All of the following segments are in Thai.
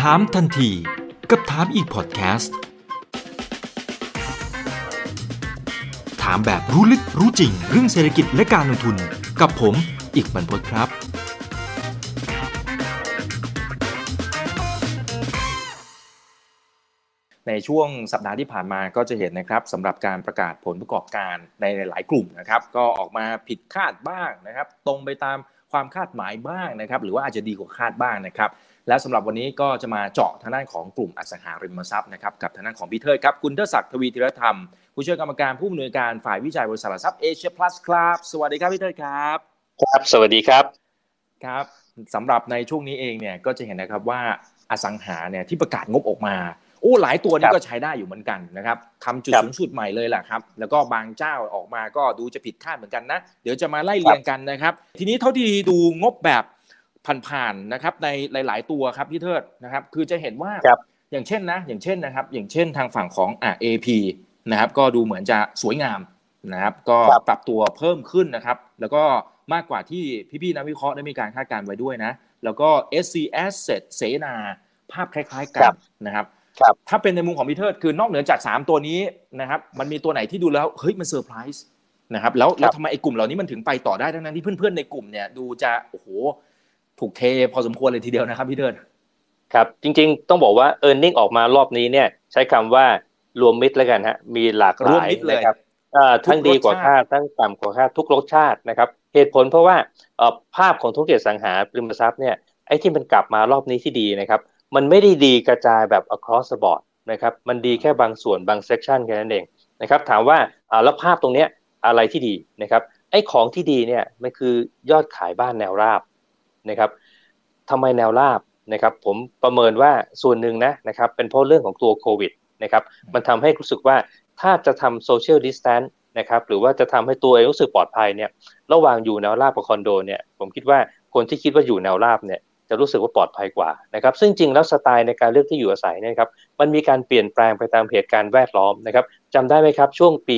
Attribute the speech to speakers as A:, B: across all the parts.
A: ถามทันทีกับถามอีกพอดแคสต์ถามแบบรู้ลึกรู้จริงเรื่องเศรษฐกิจและการลงทุนกับผมอีกบรรพตครับ
B: ในช่วงสัปดาห์ที่ผ่านมาก็จะเห็นนะครับสำหรับการประกาศผลประกอบการในหลายกลุ่มนะครับก็ออกมาผิดคาดบ้างนะครับตรงไปตามความคาดหมายบ้างนะครับหรือว่าอาจจะดีกว่าคาดบ้างนะครับและสำหรับวันนี้ก็จะมาเจาะทางด้านของกลุ่มอสังหาริมทรัพย์นะครับกับทางด้านของพี่เทิดครับคุณเทิดศักดิ์ทวีธีรธรรมผู้ช่วยกรรมการผู้อำนวยการฝ่ายวิจัยบริษัทหลักทรัพย์เอเชียพลัสครับสวัสดีครับพี่เทิดครับ
C: ครับสวัสดีครับ
B: ครับสำหรับในช่วงนี้เองเนี่ยก็จะเห็นนะครับว่าอสังหาเนี่ยที่ประกาศงบออกมาหลายตัวนี่ก็ใช้ได้อยู่เหมือนกันนะครับทำจุดสูงสุดใหม่เลยแหละครับแล้วก็บางเจ้าออกมาก็ดูจะผิดคาดเหมือนกันนะเดี๋ยวจะมาไล่เรียงกันนะครับทีนี้เท่าที่ดูงบแบบผ่านๆนะครับในหลายๆตัวครับพี่เทิดนะครับคือจะเห็นว่าอย่างเช่นนะครับอย่างเช่นทางฝั่งของAP นะครับก็ดูเหมือนจะสวยงามนะครับก็ปรับตัวเพิ่มขึ้นนะครับแล้วก็มากกว่าที่พี่ๆนักวิเคราะห์ได้มีการคาดการณ์ไว้ด้วยนะแล้วก็ SC Asset เสนาภาพคล้ายๆกันนะครับถ้าเป็นในมุมของพี่เทิดคือนอกเหนือจาก3ตัวนี้นะครับมันมีตัวไหนที่ดูแล้วเฮ้ยมันเซอร์ไพรส์นะครับแล้วทำไมไอ้กลุ่มเหล่านี้มันถึงไปต่อได้ทั้งนั้นที่เพื่อนๆในกลุ่มเนี่ยดูจะโอ้โหถูกเทพอสมควรเลยทีเดียวนะครับพี่เทิด
C: ครับจริงๆต้องบอกว่า earning ออกมารอบนี้เนี่ยใช้คำว่ารวมมิตรแล้วกันฮะมีหลากหลายนะครับทั้งดีกว่าคาดทั้งต่ำกว่าคาดทุกรสชาตินะครับเหตุผลเพราะว่าภาพของธุรกิจอสังหาริมทรัพย์เนี่ยไอ้ที่มันกลับมารอบนี้ที่ดีนะครับมันไม่ได้ดีกระจายแบบ across the board นะครับมันดีแค่บางส่วนบาง section แค่นั้นเองนะครับถามว่าแล้วภาพตรงเนี้ยอะไรที่ดีนะครับไอ้ของที่ดีเนี่ยมันคือยอดขายบ้านแนวราบนะครับทำไมแนวราบนะครับผมประเมินว่าส่วนหนึ่งนะครับเป็นเพราะเรื่องของตัวโควิดนะครับมันทำให้รู้สึกว่าถ้าจะทำ social distance นะครับหรือว่าจะทำให้ตัวเองรู้สึกปลอดภัยเนี่ยระหว่างอยู่แนวราบกับคอนโดเนี่ยผมคิดว่าคนที่คิดว่าอยู่แนวราบเนี่ยจะรู้สึกว่าปลอดภัยกว่านะครับซึ่งจริงแล้วสไตล์ในการเลือกที่อยู่อาศัยเนี่ยครับมันมีการเปลี่ยนแปลงไปตามเหตุการณ์แวดล้อมนะครับจำได้ไหมครับช่วงปี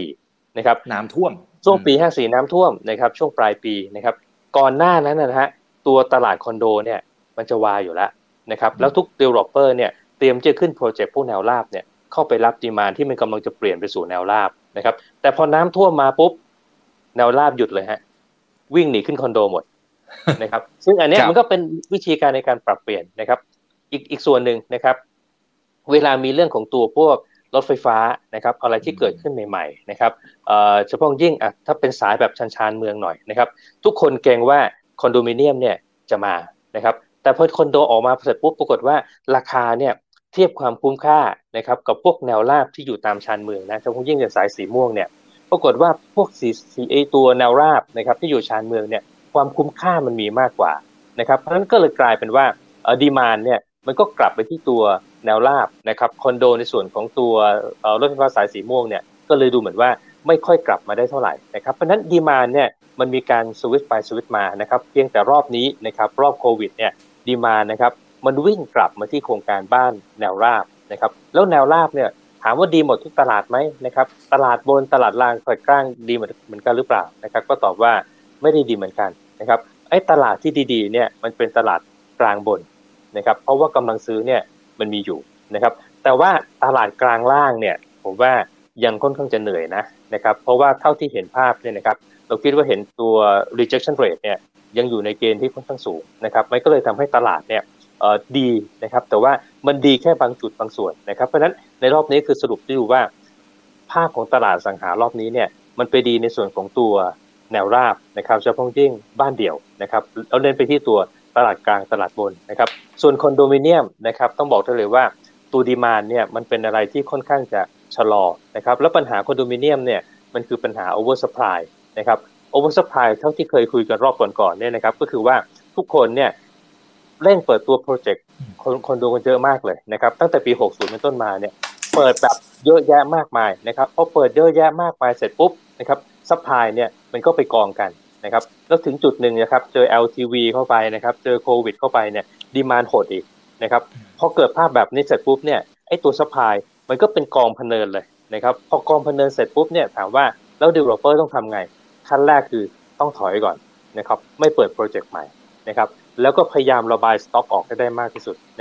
C: 54นะครับ
B: น้ำท่วม
C: ช่วงปี54น้ำท่วมนะครับช่วงปลายปีนะครับก่อนหน้านั้นนะฮะตัวตลาดคอนโดเนี่ยมันจะวายอยู่แล้วนะครับแล้วทุก developer เนี่ยเตรียมจะขึ้นโปรเจกต์พวกแนวราบเนี่ยเข้าไปรับดีมานด์ที่มันกำลังจะเปลี่ยนไปสู่แนวราบนะครับแต่พอน้ำท่วมมาปุ๊บแนวราบหยุดเลยฮะวิ่งหนีขึ้นคอนโดหมดนะครับซึ่งอันนี้มันก็เป็นวิธีการในการปรับเปลี่ยนนะครับอีกส่วนหนึ่งนะครับเวลามีเรื่องของตัวพวกรถไฟฟ้านะครับอะไรที่เกิดขึ้นใหม่ๆนะครับเฉพาะยิ่งถ้าเป็นสายแบบชานเมืองหน่อยนะครับทุกคนเกรงว่าคอนโดมิเนียมเนี่ยจะมานะครับแต่พอคอนโดออกมาเสร็จปุ๊บปรากฏว่าราคาเนี่ยเทียบความคุ้มค่านะครับกับพวกแนวราบที่อยู่ตามชานเมืองนะเฉพาะยิ่งในสายสีม่วงเนี่ยปรากฏว่าพวกสีตัวแนวราบนะครับที่อยู่ชานเมืองเนี่ยความคุ้มค่ามันมีมากกว่านะครับเพราะฉะนั้นก็เลยกลายเป็นว่าดีมานด์เนี่ยมันก็กลับไปที่ตัวแนวราบนะครับคอนโดในส่วนของตัวรถไฟฟ้าสายสีม่วงเนี่ยก็เลยดูเหมือนว่าไม่ค่อยกลับมาได้เท่าไหร่นะครับเพราะฉะนั้นดีมานด์เนี่ยมันมีการสวิตช์ไปสวิตช์มานะครับเพียงแต่รอบนี้นะครับรอบโควิดเนี่ยดีมานด์นะครับมันวิ่งกลับมาที่โครงการบ้านแนวราบนะครับแล้วแนวราบเนี่ยถามว่าดีหมดทุกตลาดไหมนะครับตลาดบนตลาดล่างตลาดกลางดีเหมือนกันหรือเปล่านะครับก็ตอบว่าไม่ได้ดีเหมือนกันนะครับไอ้ตลาดที่ดีๆเนี่ยมันเป็นตลาดกลางบนนะครับเพราะว่ากำลังซื้อเนี่ยมันมีอยู่นะครับแต่ว่าตลาดกลางล่างเนี่ยผมว่ายังค่อนข้างจะเหนื่อยนะครับเพราะว่าเท่าที่เห็นภาพเนี่ยนะครับเราคิดว่าเห็นตัว rejection rate เนี่ยยังอยู่ในเกณฑ์ที่ค่อนข้างสูงนะครับมันก็เลยทำให้ตลาดเนี่ยดีนะครับแต่ว่ามันดีแค่บางจุดบางส่วนนะครับเพราะฉะนั้นในรอบนี้คือสรุปที่ดูว่าภาพของตลาดสังหารอบนี้เนี่ยมันไปดีในส่วนของตัวแนวราบนะครับเฉพาะยิ่งบ้านเดี่ยวนะครับเราเน้นไปที่ตัวตลาดกลางตลาดบนนะครับส่วนคอนโดมิเนียมนะครับต้องบอกได้เลยว่าตัวดีมานด์เนี่ยมันเป็นอะไรที่ค่อนข้างจะชะลอนะครับแล้วปัญหาคอนโดมิเนียมเนี่ยมันคือปัญหา oversupply นะครับ oversupply เท่าที่เคยคุยกันรอบก่อนๆเนี่ยนะครับก็คือว่าทุกคนเนี่ยเร่งเปิดตัวโปรเจกต์คอนโดกันเยอะมากเลยนะครับตั้งแต่ปี60เป็นต้นมาเนี่ยเปิดแบบเยอะแยะมากมายนะครับพอเปิดเยอะแยะมากมายเสร็จปุ๊บนะครับซัพพลายเนี่ยมันก็ไปกองกันนะครับแล้วถึงจุดหนึ่งนะครับเจอ LTV เข้าไปนะครับเจอโควิดเข้าไปเนี่ยดีมานด์หดอีกนะครับพอเกิดภาพแบบนี้เสร็จปุ๊บเนี่ยไอ้ตัวซัพพลายมันก็เป็นกองพะเนินเลยนะครับพอกองพะเนินเสร็จปุ๊บเนี่ยถามว่าแล้ว developer ต้องทำไงขั้นแรกคือต้องถอยก่อนนะครับไม่เปิดโปรเจกต์ใหม่นะครับแล้วก็พยายามระบายสต็อกออกให้ได้มากที่สุดนะครับ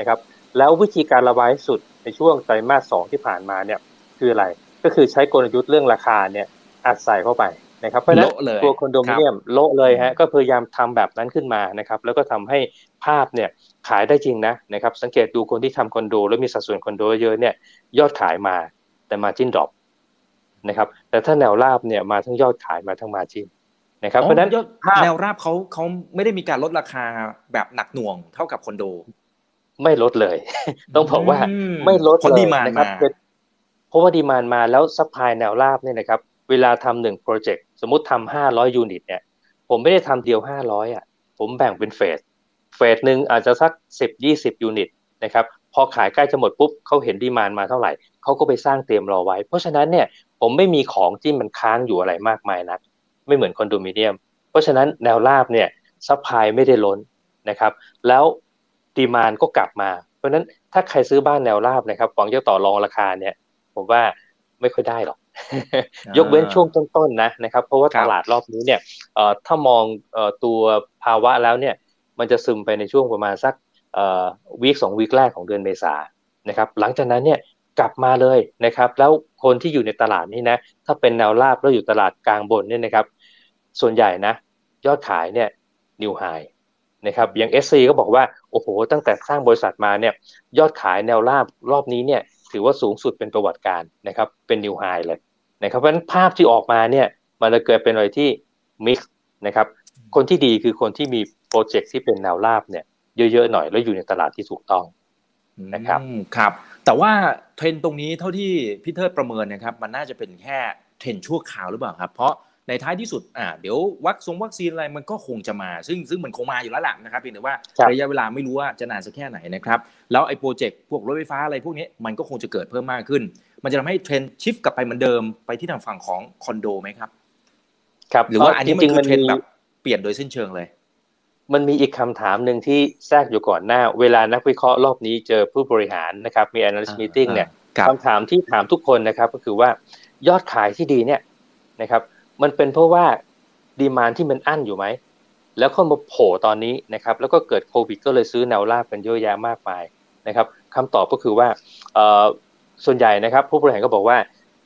C: แล้ววิธีการระบายสุดในช่วงไตรมาส 2ที่ผ่านมาเนี่ยคืออะไรก็คือใช้กลยุทธ์เรื่องราคาเนี่ยอัดใส่เข้าไปนะครับเพราะฉะนั้นตัวคอนโดมิเนียมโละเลยฮะก็พยายามทำแบบนั้นขึ้นมานะครับแล้วก็ทำให้ภาพเนี่ยขายได้จริงนะครับสังเกตดูคนที่ทำคอนโดแล้วมีสัดส่วนคอนโดเยอะเนี่ยยอดขายมาแต่ margin drop นะครับแต่ถ้าแนวราบเนี่ยมาทั้งยอดขายมาทั้ง margin นะครับเพราะฉะนั้น
B: แนวราบเขาไม่ได้มีการลดราคาแบบหนักหน่วงเท่ากับคอนโด
C: ไม่ลดเลย ต้องบอกว่าไม่ลดเลยนะครับเพราะว่าดีมานด์มาแล้วซัพพลายแนวราบเนี่ยนะครับเวลาทำ1โปรเจกต์สมมุติทำ500ยูนิตเนี่ยผมไม่ได้ทำเดียว500ผมแบ่งเป็นเฟสหนึ่งอาจจะสัก10-20ยูนิตนะครับพอขายใกล้จะหมดปุ๊บเขาเห็นดีมานด์มาเท่าไหร่เขาก็ไปสร้างเตรียมรอไว้เพราะฉะนั้นเนี่ยผมไม่มีของที่มันค้างอยู่อะไรมากมายนักไม่เหมือนคอนโดมิเนียมเพราะฉะนั้นแนวราบเนี่ยซัพพลายไม่ได้ล้นนะครับแล้วดีมานด์ก็กลับมาเพราะฉะนั้นถ้าใครซื้อบ้านแนวราบนะครับหวังจะต่อรองราคาเนี่ยผมว่าไม่ค่อยได้หรอก ยกเว้นช่วงต้นๆนะครับเพราะว่าตลาดรอบนี้เนี่ยถ้ามองตัวภาวะแล้วเนี่ยมันจะซึมไปในช่วงประมาณสักวีค2วีคแรกของเดือนเมษายนนะครับหลังจากนั้นเนี่ยกลับมาเลยนะครับแล้วคนที่อยู่ในตลาดนี้นะถ้าเป็นแนวราบแล้วอยู่ตลาดกลางบนเนี่ยนะครับส่วนใหญ่นะยอดขายเนี่ยนิวไฮนะครับอย่าง SC ก็บอกว่าโอ้โหตั้งแต่สร้างบริษัทมาเนี่ยยอดขายแนวราบรอบนี้เนี่ยถือว่าสูงสุดเป็นประวัติการนะครับเป็นนิวไฮเลยนะครับเพราะฉะนั้นภาพที่ออกมาเนี่ยมันจะเกิดเป็นอะไรที่มิกซ์นะครับคนที่ดีคือคนที่มีโปรเจกต์ที่เป็นแนวราบเนี่ยเยอะๆหน่อยแล้วอยู่ในตลาดที่ถูกต้องนะครับ
B: ครับแต่ว่าเทรนด์ตรงนี้เท่าที่พี่เทิดประเมินนะครับมันน่าจะเป็นแค่เทรนด์ชั่วคราวหรือเปล่าครับเพราะในท้ายที่สุดเดี๋ยววัคซีนอะไรมันก็คงจะมาซึ่งมันคงมาอยู่แล้วแหละนะครับเพียงแต่ว่าระยะเวลาไม่รู้ว่าจะนานสักแค่ไหนนะครับแล้วไอ้โปรเจกต์พวกรถไฟฟ้าอะไรพวกนี้มันก็คงจะเกิดเพิ่มมากขึ้นมันจะทำให้เทรนด์ชิฟต์กลับไปเหมือนเดิมไปที่ทางฝั่งของคอนโดไหมครับ
C: ครับ
B: หรือว่าอันนี้มันคือเทรนด์แบบเปลี่ยนโดยสิ้นเชิงเลย
C: มันมีอีกคำถามหนึ่งที่แทรกอยู่ก่อนหน้าเวลานักวิเคราะห์รอบนี้เจอผู้บริหารนะครับมี analyst meeting เนี่ยคำถามที่ถามทุกคนนะครับก็คือว่ายอดขายที่ดีเนี่ยนะครับมันเป็นเพราะว่าดีมานด์ที่มันอั้นอยู่ไหมแล้วเข้ามาโผล่ตอนนี้นะครับแล้วก็เกิดโควิดก็เลยซื้อแนวราบกันเยอะแยะมากมายนะครับคำตอบก็คือว่าส่วนใหญ่นะครับผู้บริหารก็บอกว่า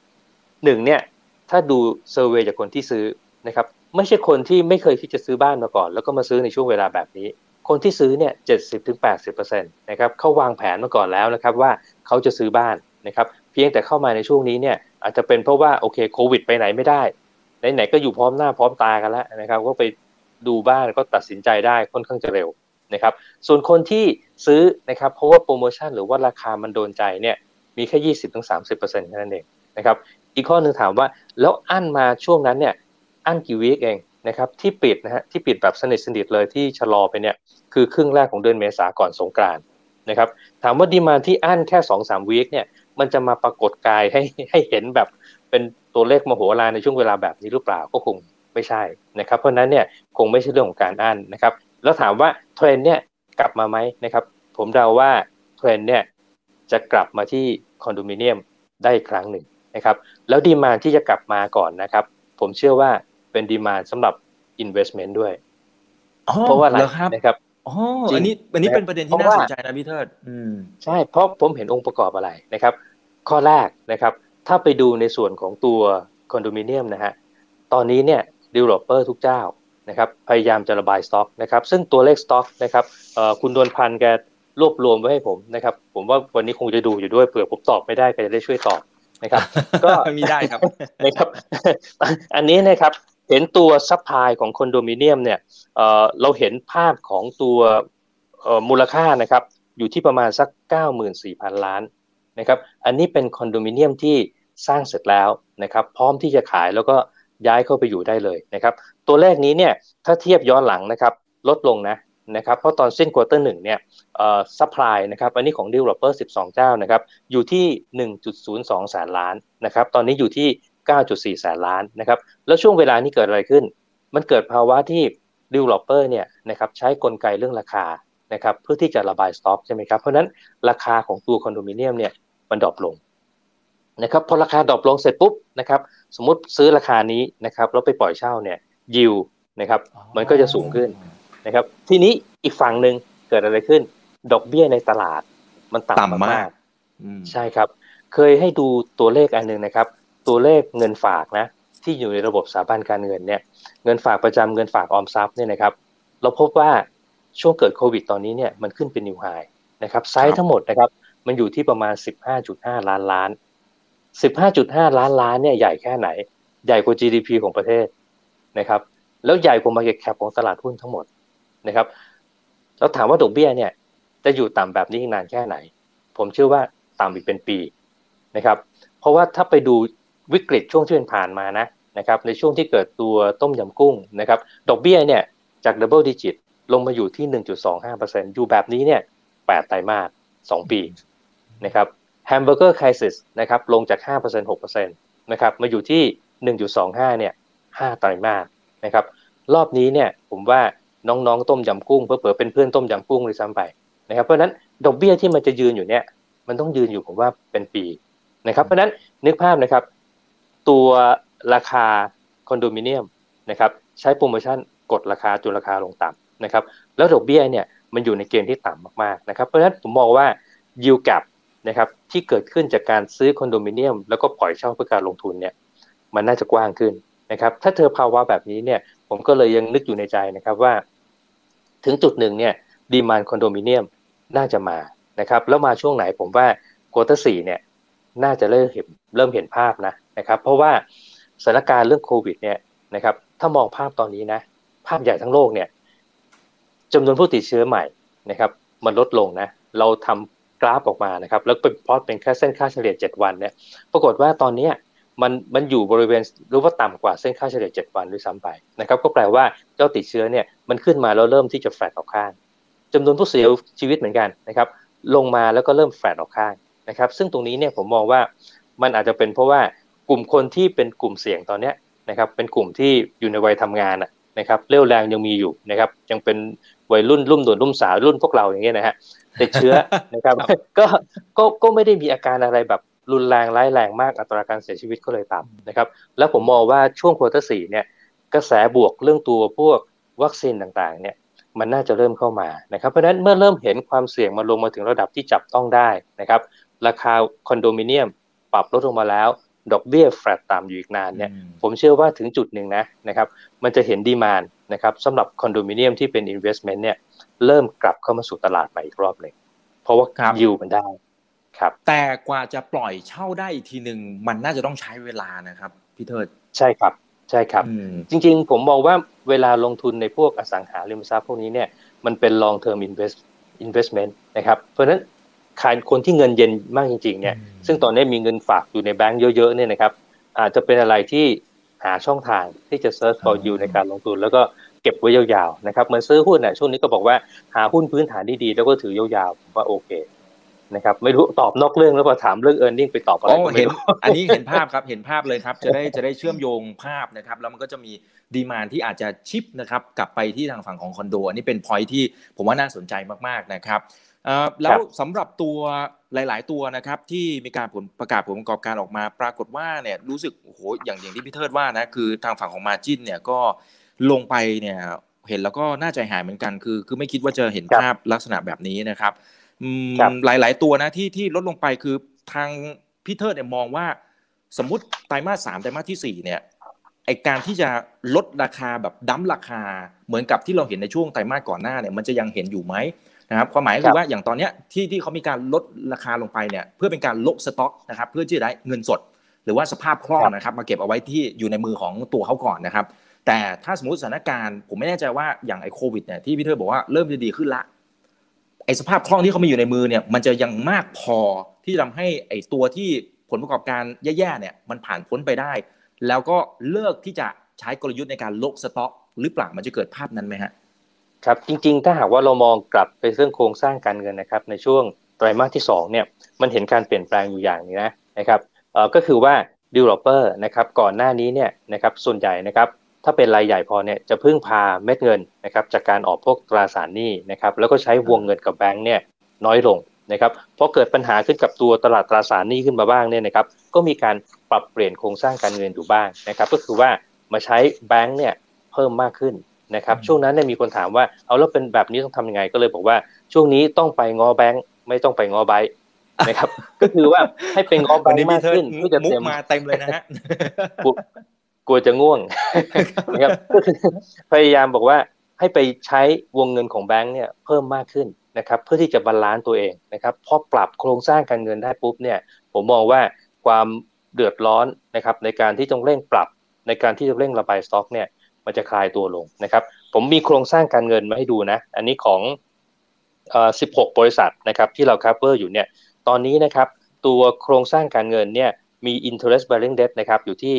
C: 1เนี่ยถ้าดูเซอร์เวย์จากคนที่ซื้อนะครับไม่ใช่คนที่ไม่เคยคิดจะซื้อบ้านมาก่อนแล้วก็มาซื้อในช่วงเวลาแบบนี้คนที่ซื้อเนี่ย 70-80% นะครับเขาวางแผนมาก่อนแล้วนะครับว่าเขาจะซื้อบ้านนะครับเพียงแต่เข้ามาในช่วงนี้เนี่ยอาจจะเป็นเพราะว่าโอเคโควิดไปไหนไม่ได้ไหนๆก็อยู่พร้อมหน้าพร้อมตากันแล้วนะครับก็ไปดูบ้านก็ตัดสินใจได้ค่อนข้างจะเร็วนะครับส่วนคนที่ซื้อนะครับเพราะว่าโปรโมชั่นหรือว่าราคามันโดนใจเนี่ยมีแค่ 20-30% แค่นั้นเองนะครับอีกข้อนึงถามว่าแล้วอั้นมาช่วงนั้นเนี่ยอั้นกี่วีคเองนะครับที่ปิดนะฮะที่ปิดแบบสนิทเลยที่ชะลอไปเนี่ยคือครึ่งแรกของเดือนเมษาก่อนสงกรานต์นะครับถามว่าดีมานด์ที่อั้นแค่ 2-3 วีคเนี่ยมันจะมาปรากฏกายให้เห็นแบบเป็นตัวเลขมโหฬารในช่วงเวลาแบบนี้หรือเปล่าก็คงไม่ใช่นะครับเพราะนั้นเนี่ยคงไม่ใช่เรื่องของการอั้นนะครับแล้วถามว่าเทรนด์เนี่ยกลับมาไหมนะครับผมเดาว่าเทรนด์เนี่ยจะกลับมาที่คอนโดมิเนียมได้อีกครั้งหนึ่งนะครับแล้วดีมานด์ที่จะกลับมาก่อนนะครับผมเชื่อว่าเป็นดีมานด์สำหรับ investment ด้วยเพราะว่าอะไรนะครับ
B: อันนี้เป็นประเด็นที่น่าสนใจนะพี่เทิด
C: ใช่เพราะผมเห็นองค์ประกอบอะไรนะครับข้อแรกนะครับถ้าไปดูในส่วนของตัวคอนโดมิเนียมนะฮะตอนนี้เนี่ย developer ทุกเจ้านะครับพยายามจะระบายสต็อกนะครับซึ่งตัวเลขสต็อกนะครับคุณดวลพันธ์แกรวบรวมไว้ให้ผมนะครับผมว่าวันนี้คงจะดูอยู่ด้วยเผื่อผมตอบไม่ได้แกจะได้ช่วยตอบนะครับ
B: ก็มีได้ครับ
C: นะครับอันนี้นะครับเห็นตัวซัพพลายของคอนโดมิเนียมเนี่ยเราเห็นภาพของตัวมูลค่านะครับอยู่ที่ประมาณสัก 94,000 ล้านนะครับอันนี้เป็นคอนโดมิเนียมที่สร้างเสร็จแล้วนะครับพร้อมที่จะขายแล้วก็ย้ายเข้าไปอยู่ได้เลยนะครับตัวเลขนี้เนี่ยถ้าเทียบย้อนหลังนะครับลดลงนะครับเพราะตอนสิ้นควอเตอร์1เนี่ยซัพพลายนะครับอันนี้ของ developer 12 เจ้านะครับอยู่ที่ 1.02 แสนล้านนะครับตอนนี้อยู่ที่ 9.4 แสนล้านนะครับแล้วช่วงเวลานี้เกิดอะไรขึ้นมันเกิดภาวะที่ developer เนี่ยนะครับใช้กลไกเรื่องราคานะครับเพื่อที่จะระบายสต็อกใช่ไหมครับเพราะนั้นราคาของตัวคอนโดมิเนียมเนี่ยมันดรอปลงนะครับพอราคาดรอปลงเสร็จปุ๊บนะครับสมมุติซื้อราคานี้นะครับแล้วไปปล่อยเช่าเนี่ยยิวนะครับมันก็จะสูงขึ้นนะครับทีนี้อีกฝั่งหนึ่งเกิดอะไรขึ้นดอกเบี้ยในตลาดมันต่ำมากใช่ครับเคยให้ดูตัวเลขอันนึงนะครับตัวเลขเงินฝากนะที่อยู่ในระบบสถาบันการเงินเนี่ยเงินฝากประจำเงินฝากออมทรัพย์เนี่ยนะครับเราพบว่าช่วงเกิดโควิดตอนนี้เนี่ยมันขึ้นเป็นนิวไฮนะครับไซส์ทั้งหมดนะครับมันอยู่ที่ประมาณ 15.5 ล้านล้าน 15.5 ล้านล้านเนี่ยใหญ่แค่ไหนใหญ่กว่า GDP ของประเทศนะครับแล้วใหญ่กว่า market cap ของตลาดหุ้นทั้งหมดนะครับแล้วถามว่าดอกเบี้ยเนี่ยจะอยู่ต่ำแบบนี้อีกนานแค่ไหนผมเชื่อว่าต่ำอีกเป็นปีนะครับเพราะว่าถ้าไปดูวิกฤตช่วงที่ผ่านมานะครับในช่วงที่เกิดตัวต้มยำกุ้งนะครับดอกเบี้ยเนี่ยจาก double digit ลงมาอยู่ที่ 1.25% อยู่แบบนี้เนี่ย8ไตรมาส2ปีนะครับแฮมเบอร์เกอร์ไครซิสนะครับลงจาก 5% 6% นะครับมาอยู่ที่ 1.25 เนี่ย5ไตรมาสนะครับรอบนี้เนี่ยผมว่าน้องๆต้มยำกุ้งเผลอๆเป็นเพื่อนต้มยำกุ้งเลยซ้ำไปนะครับเพราะฉะนั้นดอกเบี้ยที่มันจะยืนอยู่เนี่ยมันต้องยืนอยู่ผมว่าเป็นปีนะครับเพราะฉะนั้นนึกภาพนะครับตัวราคาคอนโดมิเนียมนะครับใช้โปรโมชั่นกดราคาจนราคาลงต่ำนะครับแล้วดอกเบี้ยเนี่ยมันอยู่ในเกณฑ์ที่ต่ำมากๆนะครับเพราะฉะนั้นผมมองว่า yield gap นะครับที่เกิดขึ้นจากการซื้อคอนโดมิเนียมแล้วก็ปล่อยเช่าเพื่อการลงทุนเนี่ยมันน่าจะกว้างขึ้นนะครับถ้าเจอภาวะแบบนี้เนี่ยผมก็เลยยังนึกอยู่ในใจนะครับว่าถึงจุดหนึ่งเนี่ยดีมานด์คอนโดมิเนียมน่าจะมานะครับแล้วมาช่วงไหนผมว่าควอเตอร์4เนี่ยน่าจะเริ่มเห็นภาพนะครับเพราะว่าสถานการณ์เรื่องโควิดเนี่ยนะครับถ้ามองภาพตอนนี้นะภาพใหญ่ทั้งโลกเนี่ยจำนวนผู้ติดเชื้อใหม่นะครับมันลดลงนะเราทำกราฟออกมานะครับแล้วเป็นพอเป็นแค่เส้นค่าเฉลี่ย7วันเนี่ยปรากฏว่าตอนนี้มันอยู่บริเวณหรือว่าต่ำกว่าเส้นค่าเฉลี่ย7วันด้วยซ้ำไปนะครับก็แปลว่าเจ้าติดเชื้อเนี่ยมันขึ้นมาแล้วเริ่มที่จะแฟลตออกข้างจำนวนผู้เสียชีวิตเหมือนกันนะครับลงมาแล้วก็เริ่มแฟลตออกข้างนะครับซึ่งตรงนี้เนี่ยผมมองว่ามันอาจจะเป็นเพราะว่ากลุ่มคนที่เป็นกลุ่มเสี่ยงตอนนี้นะครับเป็นกลุ่มที่อยู่ในวัยทำงานนะครับเรี่ยวแรงยังมีอยู่นะครับยังเป็นวัยรุ่นรุ่มด่วนรุ่มสาวรุ่นพวกเราอย่างเงี้ยนะฮะติดเชื้อนะครับ ก็ไม่ได้มีอาการอะไรแบบรุนแรงร้ายแรงมากอัตราการเสียชีวิตก็เลยต่ำนะครับแล้วผมมองว่าช่วงควอเตอร์4เนี่ยกระแสบวกเรื่องตัวพวกวัคซีนต่างๆเนี่ยมันน่าจะเริ่มเข้ามานะครับเพราะฉะนั้นเมื่อเริ่มเห็นความเสี่ยงมาลงมาถึงระดับที่จับต้องได้นะครับราคาคอนโดมิเนียมปรับลดลงมาแล้วดอกเบี้ยแฟลตต่ำอยู่อีกนานเนี่ยผมเชื่อว่าถึงจุดหนึ่งนะครับมันจะเห็นดีมานด์นะครับสำหรับคอนโดมิเนียมที่เป็น investment เนี่ยเริ่มกลับเข้ามาสู่ตลาดใหม่อีกรอบหนึ่งเพราะว่ายิวมันได้ครับ
B: แต่กว่าจะปล่อยเช่าได้อีกทีนึงมันน่าจะต้องใช้เวลานะครับพี่เทิด
C: ใช่ครับจริงๆผมมองว่าเวลาลงทุนในพวกอสังหาริมทรัพย์พวกนี้เนี่ยมันเป็น long term investment นะครับเพราะฉะนั้นคนที่เงินเย็นมากจริงๆเนี่ยซึ่งตอนนี้มีเงินฝากอยู่ในแบงก์เยอะๆเนี่ยนะครับอาจจะเป็นอะไรที่หาช่องทางที่จะ search for yield ในการลงทุนแล้วก็เก็บไว้ยาวๆนะครับเหมือนซื้อหุ้นช่วงนี้ก็บอกว่าหาหุ้นพื้นฐานดีๆแล้วก็ถือยาวๆผมว่าโอเคนะครับไม่รู้ตอบนอกเรื่องแล้วพอถามเรื่อง earning ไปตอบอะไรก็ไม่รู้
B: อันนี้เห็นภาพครับเห็นภาพเลยครับจะได้เชื่อมโยงภาพนะครับแล้วมันก็จะมีดีมานด์ที่อาจจะชิปนะครับกลับไปที่ทางฝั่งของคอนโดอันนี้เป็น point ที่ผมว่าน่าสนใจมากๆนะครับแล้วสำหรับตัวหลายๆตัวนะครับที่มีการประกาศผลประกอบการออกมาปรากฏว่าเนี่ยรู้สึกโอ้โหอย่างที่พี่เทิดว่านะคือทางฝั่งของ margin เนี่ยก็ลงไปเนี่ยเห็นแล้วก็น่าใจหายเหมือนกันคือไม่คิดว่าจะเห็นภาพลักษณะแบบนี้นะครับหลายๆตัวนะที่ลดลงไปคือทางพี่เทิดเนี่ยมองว่าสมมุติไตรมาส3ไตรมาสที่4เนี่ยไอการที่จะลดราคาแบบดั้มราคาเหมือนกับที่เราเห็นในช่วงไตรมาสก่อนหน้าเนี่ยมันจะยังเห็นอยู่ไหมนะครับความหมายคือว่าอย่างตอนนี้ที่เขามีการลดราคาลงไปเนี่ยเพื่อเป็นการลดสต็อกนะครับเพื่อที่จะได้เงินสดหรือว่าสภาพคล่องนะครับมาเก็บเอาไว้ที่อยู่ในมือของตัวเขาก่อนนะครับแต่ถ้าสมมติสถานการณ์ผมไม่แน่ใจว่าอย่างไอ้โควิดเนี่ยที่พี่เธอบอกว่าเริ่มจะดีขึ้นละไอ้สภาพคล่องที่เขามีอยู่ในมือเนี่ยมันจะยังมากพอที่ทำให้ไอ้ตัวที่ผลประกอบการแย่ๆเนี่ยมันผ่านพ้นไปได้แล้วก็เลิกที่จะใช้กลยุทธ์ในการลดสต็อกหรือเปล่ามันจะเกิดภาพนั้นไหมฮะ
C: ครับจริงๆถ้าหากว่าเรามองกลับไปเรื่องโครงสร้างการเงินนะครับในช่วงไตรมาสที่2เนี่ยมันเห็นการเปลี่ยนแปลงอยู่อย่างนี้นะครับก็คือว่า developer นะครับก่อนหน้านี้เนี่ยนะครับส่วนใหญ่นะครับถ้าเป็นรายใหญ่พอเนี่ยจะพึ่งพาเม็ดเงินนะครับจากการออกพวกตราสารหนี้นะครับแล้วก็ใช้วงเงินกับแบงก์เนี่ยน้อยลงนะครับพอเกิดปัญหาขึ้นกับตัวตลาดตราสารหนี้ขึ้นมาบ้างเนี่ยนะครับก็มีการปรับเปลี่ยนโครงสร้างการเงินอยู่บ้างนะครับก็คือว่ามาใช้แบงก์เนี่ยเพิ่มมากขึ้นนะครับช่วงนั้นเนี่ยมีคนถามว่าเอาแล้วเป็นแบบนี้ต้องทำยังไงก็เลยบอกว่าช่วงนี้ต้องไปง้อแบงค์ไม่ต้องไปง้อไบต์นะครับก็คือว่าให้ไปง้อไบต์มากขึ้นเพื่อจะ
B: มุก
C: เต็ม
B: มาเต็มเลยนะฮะ
C: กลัวจะง่วงนะครับก็คือพยายามบอกว่าให้ไปใช้วงเงินของแบงก์เนี่ยเพิ่มมากขึ้นนะครับเพื่อที่จะบาลานซ์ตัวเองนะครับพอปรับโครงสร้างการเงินได้ปุ๊บเนี่ยผมมองว่าความเดือดร้อนนะครับในการที่ต้องเร่งปรับในการที่จะเร่งระบายสต็อกเนี่ยมันจะคลายตัวลงนะครับผมมีโครงสร้างการเงินมาให้ดูนะอันนี้ของ16 บริษัทนะครับที่เรา cover อยู่เนี่ยตอนนี้นะครับตัวโครงสร้างการเงินเนี่ยมี interest bearing debt นะครับอยู่ที่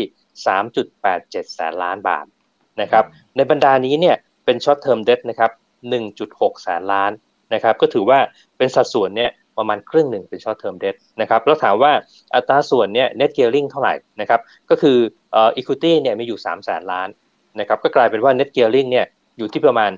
C: 3.87 แสนล้านบาทนะครับในบรรดานี้เนี่ยเป็น short term debt นะครับ 1.6 แสนล้านนะครับก็ถือว่าเป็นสัดส่วนเนี่ยประมาณครึ่งหนึ่งเป็น short term debt นะครับแล้วถามว่าอัตราส่วนเนี่ย net gearing เท่าไหร่นะครับก็คือequity เนี่ยมีอยู่ 3 แสนล้านนะครับก็กลายเป็นว่า net gearing เนี่ยอยู่ที่ประมาณ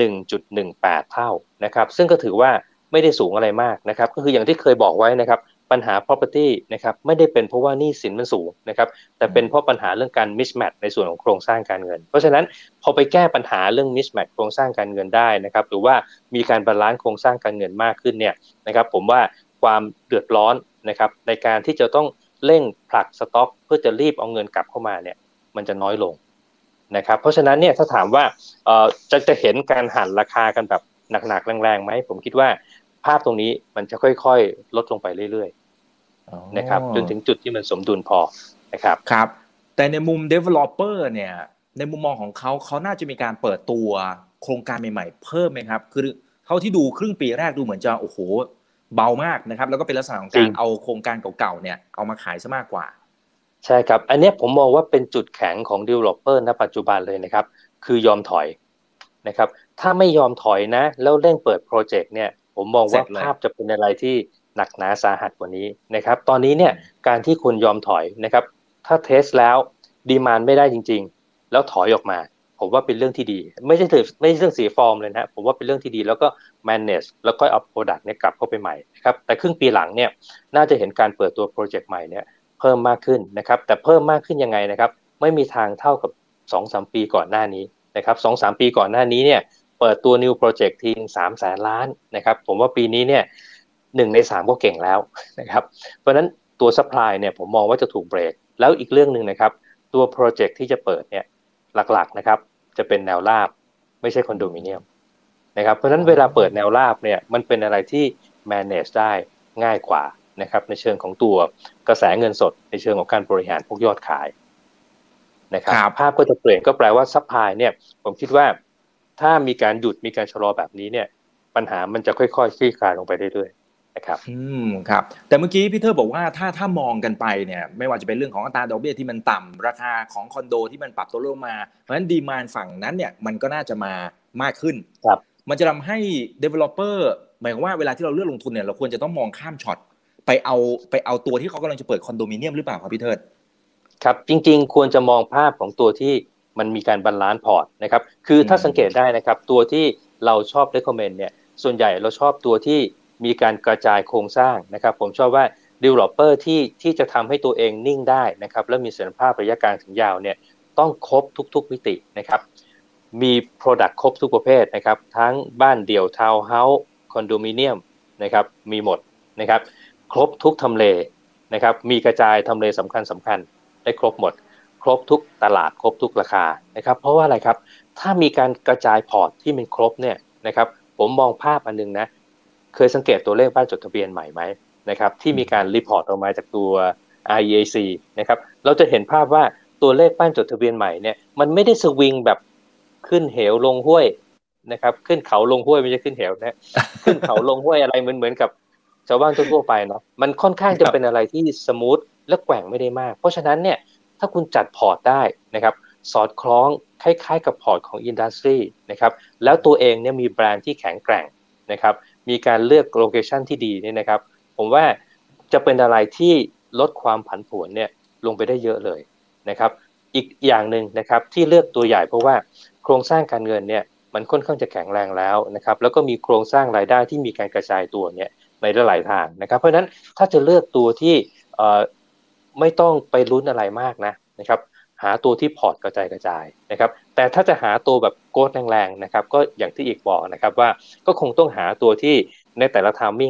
C: 1.18 เท่านะครับซึ่งก็ถือว่าไม่ได้สูงอะไรมากนะครับก็คืออย่างที่เคยบอกไว้นะครับปัญหา property นะครับไม่ได้เป็นเพราะว่าหนี้สินมันสูงนะครับแต่เป็นเพราะปัญหาเรื่องการ mismatch ในส่วนของโครงสร้างการเงินเพราะฉะนั้นพอไปแก้ปัญหาเรื่อง mismatch โครงสร้างการเงินได้นะครับหรือว่ามีการบาลานซ์โครงสร้างการเงินมากขึ้นเนี่ยนะครับผมว่าความเดือดร้อนนะครับในการที่จะต้องเร่งผลักสต็อกเพื่อจะรีบเอาเงินกลับเข้ามาเนี่ยมันจะน้อยลงนะครับเพราะฉะนั้นเนี่ยถ้าถามว่าจะเห็นการหั่นราคากันแบบหนักๆแรงๆไหมผมคิดว่าภาพตรงนี้มันจะค่อยๆลดลงไปเรื่อยๆนะครับจนถึงจุดที่มันสมดุลพอนะครับ
B: ครับแต่ในมุม developer เนี่ยในมุมมองของเขาน่าจะมีการเปิดตัวโครงการใหม่ๆเพิ่มไหมครับคือเท่าที่ดูครึ่งปีแรกดูเหมือนจะโอ้โหเบามากนะครับแล้วก็เป็นลักษณะของการเอาโครงการเก่าๆเนี่ยเอามาขายซะมากกว่า
C: ใช่ครับอันนี้ผมมองว่าเป็นจุดแข็งของ developer ณปัจจุบันเลยนะครับคือยอมถอยนะครับถ้าไม่ยอมถอยนะแล้วเร่งเปิดโปรเจกต์เนี่ยผมมองว่าภาพจะเป็นอะไรที่หนักหนาสาหัสกว่านี้นะครับตอนนี้เนี่ยการที่คุณยอมถอยนะครับถ้าเทสแล้วดีมานด์ไม่ได้จริงๆแล้วถอยออกมาผมว่าเป็นเรื่องที่ดีไม่ใช่เรื่องเสียฟอร์มเลยนะผมว่าเป็นเรื่องที่ดีแล้วก็ manage แล้วก็เอา product เนี่ยกลับเข้าไปใหม่ครับแต่ครึ่งปีหลังเนี่ยน่าจะเห็นการเปิดตัวโปรเจกต์ใหม่เนี่ยเพิ่มมากขึ้นนะครับแต่เพิ่มมากขึ้นยังไงนะครับไม่มีทางเท่ากับ 2-3 ปีก่อนหน้านี้นะครับ 2-3 ปีก่อนหน้านี้เนี่ยเปิดตัว new project ที3แสนล้านนะครับผมว่าปีนี้เนี่ย1 ใน 3ก็เก่งแล้วนะครับเพราะฉะนั้นตัว supply เนี่ยผมมองว่าจะถูกเบรกแล้วอีกเรื่องนึงนะครับตัวโปรเจกต์ที่จะเปิดเนี่ยหลักๆนะครับจะเป็นแนวราบไม่ใช่คอนโดมิเนียมนะครับเพราะฉะนั้นเวลาเปิดแนวราบเนี่ยมันเป็นอะไรที่ manage ได้ง่ายกว่านะครับในเชิงของตัวกระแสเงินสดในเชิงของการบริหารพวกยอดขายนะครับภาพก็จะเปลี่ยนก็แปลว่าซัพพลายเนี่ยผมคิดว่าถ้ามีการหยุดมีการชะลอแบบนี้เนี่ยปัญหามันจะค่อยๆคลี่คลายลงไปเรื่อยๆนะครับ
B: ครับแต่เมื่อกี้พี่เทอร์บอกว่าถ้ามองกันไปเนี่ยไม่ว่าจะเป็นเรื่องของอัตราดอกเบี้ยที่มันต่ำราคาของคอนโดที่มันปรับตัวลงมาเพราะฉะนั้นดีมานด์ฝั่งนั้นเนี่ยมันก็น่าจะมามากขึ้น
C: ครับ
B: มันจะทำให้ developer หมายความว่าเวลาที่เราเลือกลงทุนเนี่ยเราควรจะต้องมองข้ามช็อตไปเอาตัวที่เขากำลังจะเปิดคอนโดมิเนียมหรือเปล่าครับพี่เทิร์ด
C: ครับจริงๆควรจะมองภาพของตัวที่มันมีการบาลานซ์พอร์ตนะครับคือถ้าสังเกตได้นะครับตัวที่เราชอบ recommend เนี่ยส่วนใหญ่เราชอบตัวที่มีการกระจายโครงสร้างนะครับผมชอบว่า developer ที่จะทำให้ตัวเองนิ่งได้นะครับและมีเสถียรภาพระยะกลางถึงยาวเนี่ยต้องครบทุกๆมิตินะครับมี product ครบทุกประเภทนะครับทั้งบ้านเดี่ยวทาวน์เฮาส์คอนโดมิเนียมนะครับมีหมดนะครับครบทุกทำเลนะครับมีกระจายทำเลสำคัญได้ครบหมดครบทุกตลาดครบทุกราคานะครับเพราะว่าอะไรครับถ้ามีการกระจายพอร์ตที่มันครบเนี่ยนะครับผมมองภาพอันนึงนะเคยสังเกตตัวเลขบ้านจดทะเบียนใหม่ไหมนะครับที่มีการรีพอร์ตออกมาจากตัว IEAC นะครับเราจะเห็นภาพว่าตัวเลขบ้านจดทะเบียนใหม่เนี่ยมันไม่ได้สวิงแบบขึ้นเหวลงห้วยนะครับขึ้นเขาลงห้วยไม่ใช่ขึ้นเหวนะขึ้นเขาลงห้วยอะไรเหมือนกับชาวบ้านทั่วไปเนาะมันค่อนข้างจะเป็นอะไรที่สมูทและแกว่งไม่ได้มากเพราะฉะนั้นเนี่ยถ้าคุณจัดพอร์ตได้นะครับสอดคล้องคล้ายๆกับพอร์ตของอินดัสทรีนะครับแล้วตัวเองเนี่ยมีแบรนด์ที่แข็งแกร่งนะครับมีการเลือกโลเคชันที่ดีเนี่ยนะครับผมว่าจะเป็นอะไรที่ลดความผันผวนเนี่ยลงไปได้เยอะเลยนะครับอีกอย่างหนึ่งนะครับที่เลือกตัวใหญ่เพราะว่าโครงสร้างการเงินเนี่ยมันค่อนข้างจะแข็งแรงแล้วนะครับแล้วก็มีโครงสร้างรายได้ที่มีการกระจายตัวเนี่ยในหลายทางนะครับเพราะฉะนั้นถ้าจะเลือกตัวที่ไม่ต้องไปลุ้นอะไรมากนะครับหาตัวที่พอร์ตกระจายนะครับแต่ถ้าจะหาตัวแบบโกดแรงๆนะครับก็อย่างที่อีกบอกนะครับว่าก็คงต้องหาตัวที่ในแต่ละไทมิ่งเนี่ย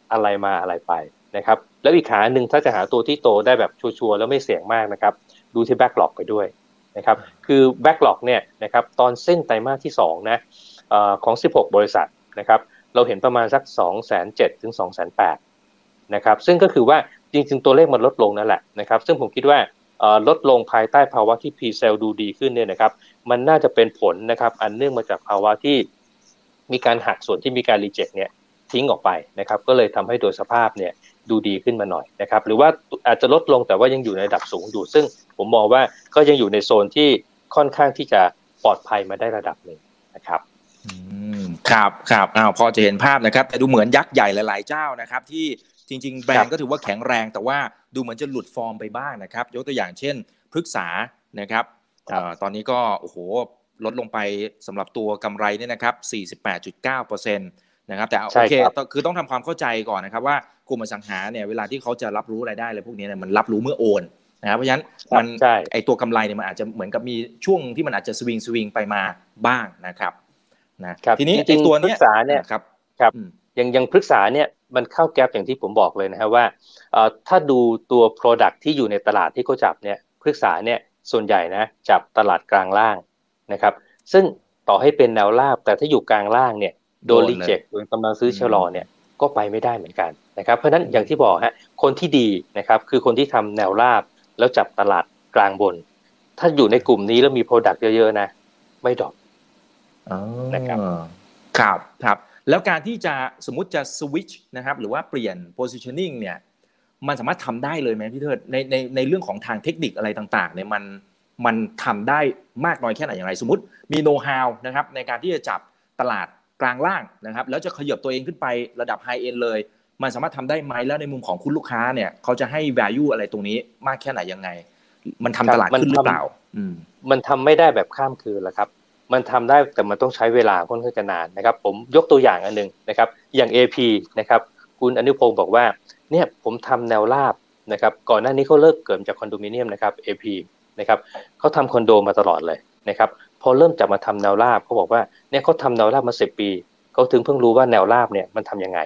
C: อะไรมาอะไรไปนะครับแล้วอีกขาหนึ่งถ้าจะหาตัวที่โตได้แบบชัวร์ๆแล้วไม่เสี่ยงมากนะครับดูที่แบ็กหลอกไปด้วยนะครับคือแบ็กหลอกเนี่ยนะครับตอนเส้นไตรมาสที่2นะของ16บริษัทนะครับเราเห็นประมาณสัก 207,000 ถึง 208,000 นะครับซึ่งก็คือว่าจริงๆตัวเลขมันลดลงนั่นแหละนะครับซึ่งผมคิดว่าลดลงภายใต้ภาวะที่ Pre-sale ดูดีขึ้นเนี่ยนะครับมันน่าจะเป็นผลนะครับอันเนื่องมาจากภาวะที่มีการหักส่วนที่มีการรีเจ็คเนี่ยทิ้งออกไปนะครับก็เลยทำให้โดยสภาพเนี่ยดูดีขึ้นมาหน่อยนะครับหรือว่าอาจจะลดลงแต่ว่ายังอยู่ในระดับสูงอยู่ซึ่งผมมองว่าก็ยังอยู่ในโซนที่ค่อนข้างที่จะปลอดภัยมาได้ระดับหนึ่งนะครับ
B: ครับพอจะเห็นภาพนะครับแต่ดูเหมือนยักษ์ใหญ่หลายๆเจ้านะครับที่จริงๆแบรนด์ก็ถือว่าแข็งแรงแต่ว่าดูเหมือนจะหลุดฟอร์มไปบ้างนะครับยกตัวอย่างเช่นพฤกษานะครับตอนนี้ก็โอ้โหลดลงไปสำหรับตัวกำไรเนี่ยนะครับ 48.9% นะครับแต่โอเคคือต้องทำความเข้าใจก่อนนะครับว่ากลุ่มอสังหาเนี่ยเวลาที่เขาจะรับรู้รายได้อะไรพวกนี้เนี่ยมันรับรู้เมื่อโอนนะครับเพราะฉะนั้นมันไอตัวกำไรเนี่ยมันอาจจะเหมือนกับมีช่วงที่มันอาจจะสวิงไปมาบ้างนะครับ
C: ทีนี้ไอตัวนี้พฤกษาเนี่ยครับยังพฤกษาเนี่ยมันเข้าแก๊ปอย่างที่ผมบอกเลยนะครับว่าถ้าดูตัว product ที่อยู่ในตลาดที่เขาจับเนี่ยพฤกษาเนี่ยส่วนใหญ่นะจับตลาดกลางล่างนะครับซึ่งต่อให้เป็นแนวราบแต่ถ้าอยู่กลางล่างเนี่ยโดนรีเจ็คโดนกำลังซื้อชะลอเนี่ยก็ไปไม่ได้เหมือนกันนะครับเพราะฉะนั้นอย่างที่บอกฮะคนที่ดีนะครับคือคนที่ทำแนวราบแล้วจับตลาดกลางบนถ้าอยู่ในกลุ่มนี้แล้วมี product เยอะๆนะไม่ดรอป
B: นะครับครับแล้วการที่จะสมมุติจะ switch นะครับหรือว่าเปลี่ยน positioning เนี่ยมันสามารถทำได้เลยไหมพี่เทิดในเรื่องของทางเทคนิคอะไรต่างๆเนี่ยมันทำได้มากน้อยแค่ไหนอย่างไรสมมุติมีโน้ตฮาวนะครับในการที่จะจับตลาดกลางล่างนะครับแล้วจะขยับตัวเองขึ้นไประดับ high end เลยมันสามารถทำได้ไหมแล้วในมุมของคุณลูกค้าเนี่ยเขาจะให้ value อะไรตรงนี้มากแค่ไหนยังไงมันทำตลาดขึ้นหรือเปล่า
C: มันทำไม่ได้แบบข้ามคืนละครับมันทำได้แต่มันต้องใช้เวลาค่อนข้างจะนานนะครับผมยกตัวอย่างอันนึงนะครับอย่าง AP นะครับคุณอนุพงศ์บอกว่าเนี่ยผมทำแนวราบนะครับก่อนหน้านี้เขาเลิกเกิดจากคอนโดมิเนียมนะครับ AP นะครับเขาทำคอนโดมาตลอดเลยนะครับพอเริ่มจับมาทำแนวราบเขาบอกว่าเนี่ยเขาทำแนวราบมา10 ปีเขาถึงเพิ่งรู้ว่าแนวราบเนี่ยมันทำยังไง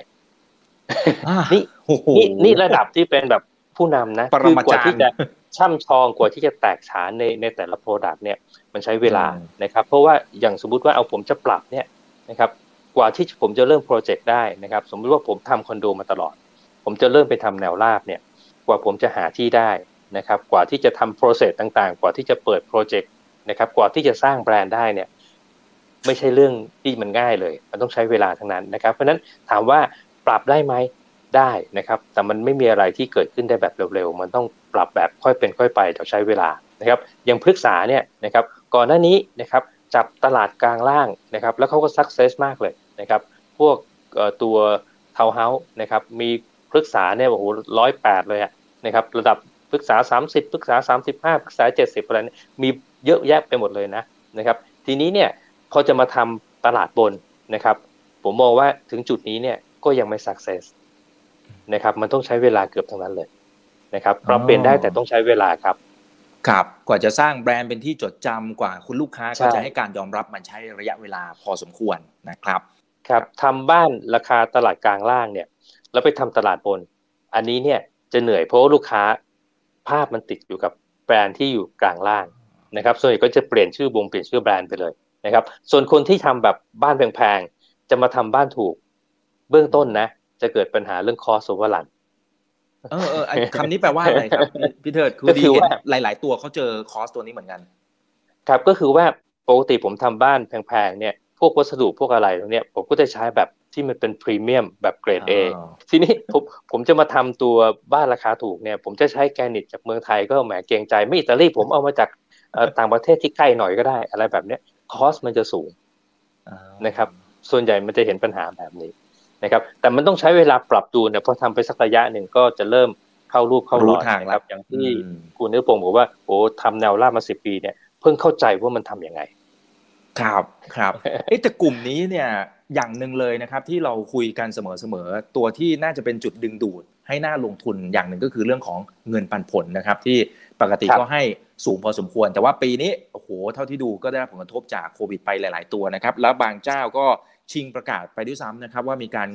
C: นี่ระดับที่เป็นแบบผู้นำนะคือกว่าที่จะช่ำชองกว่าที่จะแตกฉานในแต่ละ product เนี่ยมันใช้เวลานะครับเพราะว่าอย่างสมมุติว่าเอาผมจะปรับเนี่ยนะครับกว่าที่ผมจะเริ่มโปรเจกต์ได้นะครับสมมุติว่าผมทำคอนโดมาตลอดผมจะเริ่มไปทำแนวราบเนี่ยกว่าผมจะหาที่ได้นะครับกว่าที่จะทำโปรเซสต่างๆกว่าที่จะเปิดโปรเจกต์นะครับกว่าที่จะสร้างแบรนด์ได้เนี่ยไม่ใช่เรื่องที่มันง่ายเลยมันต้องใช้เวลาทั้งนั้นนะครับเพราะฉะนั้นถามว่าปรับได้ไหมได้นะครับแต่มันไม่มีอะไรที่เกิดขึ้นได้แบบเร็วๆมันต้องปรับแบบค่อยเป็นค่อยไปแต่ใช้เวลานะครับอย่างพฤกษาเนี่ยนะครับก่อนหน้านี้นะครับจับตลาดกลางล่างนะครับแล้วเขาก็ซักเซสมากเลยนะครับพวกตัวทาวน์เฮาส์นะครับมีพฤกษาเนี่ยโอ้โห108เลยอะนะครับระดับพฤกษา30พฤกษา35พฤกษา70อะไรเนี่ยมีเยอะแยะไปหมดเลยนะครับทีนี้เนี่ยพอจะมาทำตลาดบนนะครับผมมองว่าถึงจุดนี้เนี่ยก็ยังไม่ซักเซสนะครับมันต้องใช้เวลาเกือบทั้งนั้นเลยนะครับปรับเปลี่ยนได้แต่ต้องใช้เวลาครับ
B: กว่าจะสร้างแบรนด์เป็นที่จดจำกว่าคุณลูกค้าก็จะให้การยอมรับมันใช้ระยะเวลาพอสมควรนะครับ
C: ทำบ้านราคาตลาดกลางล่างเนี่ยแล้วไปทำตลาดบนอันนี้เนี่ยจะเหนื่อยเพราะลูกค้าภาพมันติดอยู่กับแบรนด์ที่อยู่กลางล่างนะครับส่วนใหญ่ก็จะเปลี่ยนชื่อเปลี่ยนชื่อแบรนด์ไปเลยนะครับส่วนคนที่ทำแบบบ้านแพงๆจะมาทำบ้านถูกเบื้องต้นนะจะเกิดปัญหาเรื่อง cost overrun
B: คำนี้แปลว่าอะไรครับพี่เทิดคือดีเห็นหลายๆตัวเขาเจอคอสตัวนี้เหมือนกัน
C: ครับก็คือว่าปกติผมทำบ้านแพงๆเนี่ยพวกวัสดุพวกอะไรตรงเนี้ยผมก็จะใช้แบบที่มันเป็นพรีเมียมแบบเกรด A ทีนี้ผมจะมาทำตัวบ้านราคาถูกเนี่ยผมจะใช้แกรนิตจากเมืองไทยก็แหมเกรงใจไม่อิตาลีผมเอามาจากต่างประเทศที่ใกล้หน่อยก็ได้อะไรแบบเนี้ยคอสมันจะสูงนะครับส่วนใหญ่มันจะเห็นปัญหาแบบนี้นะครับแต่มันต้องใช้เวลาปรับตัวเนี่ยพอทำไปสักระยะหนึ่งก็จะเริ่มเข้ารูปเข้ารอยนะครับอย่างที่คุณนิพงศ์บอกว่าโอ้ทำแนวราบมา10 ปีเนี่ยเพิ่งเข้าใจว่ามันทำยังไง
B: ครับแต่กลุ่มนี้เนี่ยอย่างหนึ่งเลยนะครับที่เราคุยกันเสมอตัวที่น่าจะเป็นจุดดึงดูดให้น่าลงทุนอย่างหนึ่งก็คือเรื่องของเงินปันผลนะครับที่ปกติก็ให้สูงพอสมควรแต่ว่าปีนี้โอ้โหเท่าที่ดูก็ได้รับผลกระทบจากโควิดไปหลายๆตัวนะครับแล้วบางเจ้าก็ชิงประกาศไปด้วยซ้ำนะครับว่ามีการงด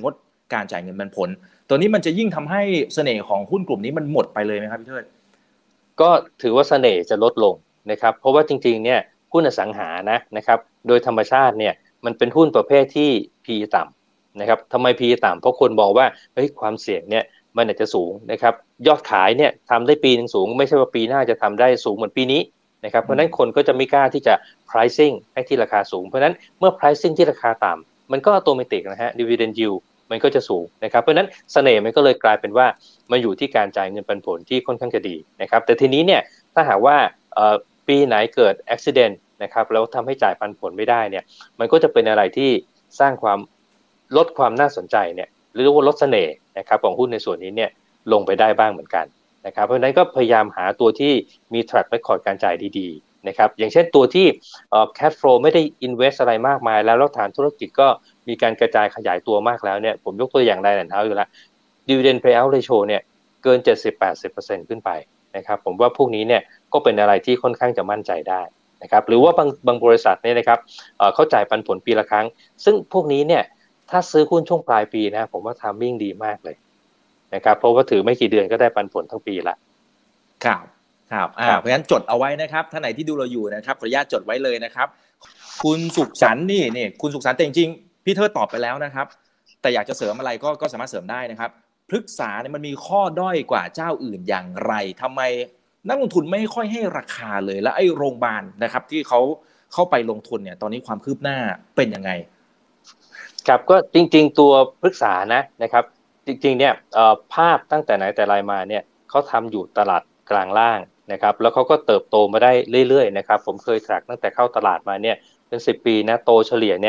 B: การจ่ายเงินปันผลตัวนี้มันจะยิ่งทำให้เสน่ห์ของหุ้นกลุ่มนี้มันหมดไปเลยไหมครับพี่เทิด
C: ก็ถือว่าเสน่ห์จะลดลงนะครับเพราะว่าจริงๆเนี่ยหุ้นอสังหานะครับโดยธรรมชาติเนี่ยมันเป็นหุ้นประเภทที่ PE ต่ำนะครับทำไม PE ต่ำเพราะคนบอกว่าเฮ้ยความเสี่ยงเนี่ยมันอาจจะสูงนะครับยอดขายเนี่ยทำได้ปีนึงสูงไม่ใช่ว่าปีหน้าจะทำได้สูงเหมือนปีนี้นะครับเพราะนั้นคนก็จะไม่กล้าที่จะ pricing ให้ที่ราคาสูงเพราะนั้นเมื่อ pricing ที่ราคาต่ำมันก็อัตโนมัตินะฮะ dividend yield มันก็จะสูงนะครับเพราะนั้นเสน่ห์มันก็เลยกลายเป็นว่ามาอยู่ที่การจ่ายเงินปันผลที่ค่อนข้างจะดีนะครับแต่ทีนี้เนี่ยถ้าหากว่าปีไหนเกิดอุบัติเหตุนะครับแล้วทำให้จ่ายปันผลไม่ได้เนี่ยมันก็จะเป็นอะไรที่สร้างความลดความน่าสนใจเนี่ยหรือว่าลดเสน่ห์นะครับของหุ้นในส่วนนี้เนี่ยลงไปได้บ้างเหมือนกันนะครับเพราะฉะนั้นก็พยายามหาตัวที่มี track record การจ่ายดีๆนะครับอย่างเช่นตัวที่cash flow ไม่ได้ invest อะไรมากมายแล้วฐานธุรกิจก็มีการกระจายขยายตัวมากแล้วเนี่ยผมยกตัวอย่างDai & Houseอยู่แล้ว dividend payout ratio เนี่ยเกิน 70-80% ขึ้นไปนะครับผมว่าพวกนี้เนี่ยก็เป็นอะไรที่ค่อนข้างจะมั่นใจได้นะครับหรือว่าบางบริษัทเนี่ยนะครับเขาจ่ายปันผลปีละครั้งซึ่งพวกนี้เนี่ยถ้าซื้อหุ้นช่วงปลายปีนะผมว่าไทมิ่งดีมากเลยนะครับเพราะว่าถือไม่กี่เดือนก็ได้ปันผลทั้งปีละ
B: ครับเพราะฉะนั้นจดเอาไว้นะครับท่านไหนที่ดูเราอยู่นะครับขออนุญาตจดไว้เลยนะครับคุณสุขสันต์นี่คุณสุขสันต์แต่จริงๆพี่เทิดตอบไปแล้วนะครับแต่อยากจะเสริมอะไรก็สามารถเสริมได้นะครับพฤกษาเนี่ยมันมีข้อด้อยกว่าเจ้าอื่นอย่างไรทำไมนักลงทุนไม่ค่อยให้ราคาเลยและไอ้โรงพยาบาลนะครับที่เขาเข้าไปลงทุนเนี่ยตอนนี้ความคืบหน้าเป็นยังไง
C: ครับก็จริงๆตัวพฤกษานะครับจริงๆเนี่ยภาพตั้งแต่ไหนแต่ไรมาเนี่ยเขาทำอยู่ตลาดกลางล่างนะครับแล้วเขาก็เติบโตมาได้เรื่อยๆนะครับผมเคย track ตั้งแต่เข้าตลาดมาเนี่ยเป็น10 ปีนะโตเฉลี่ยเนี่ย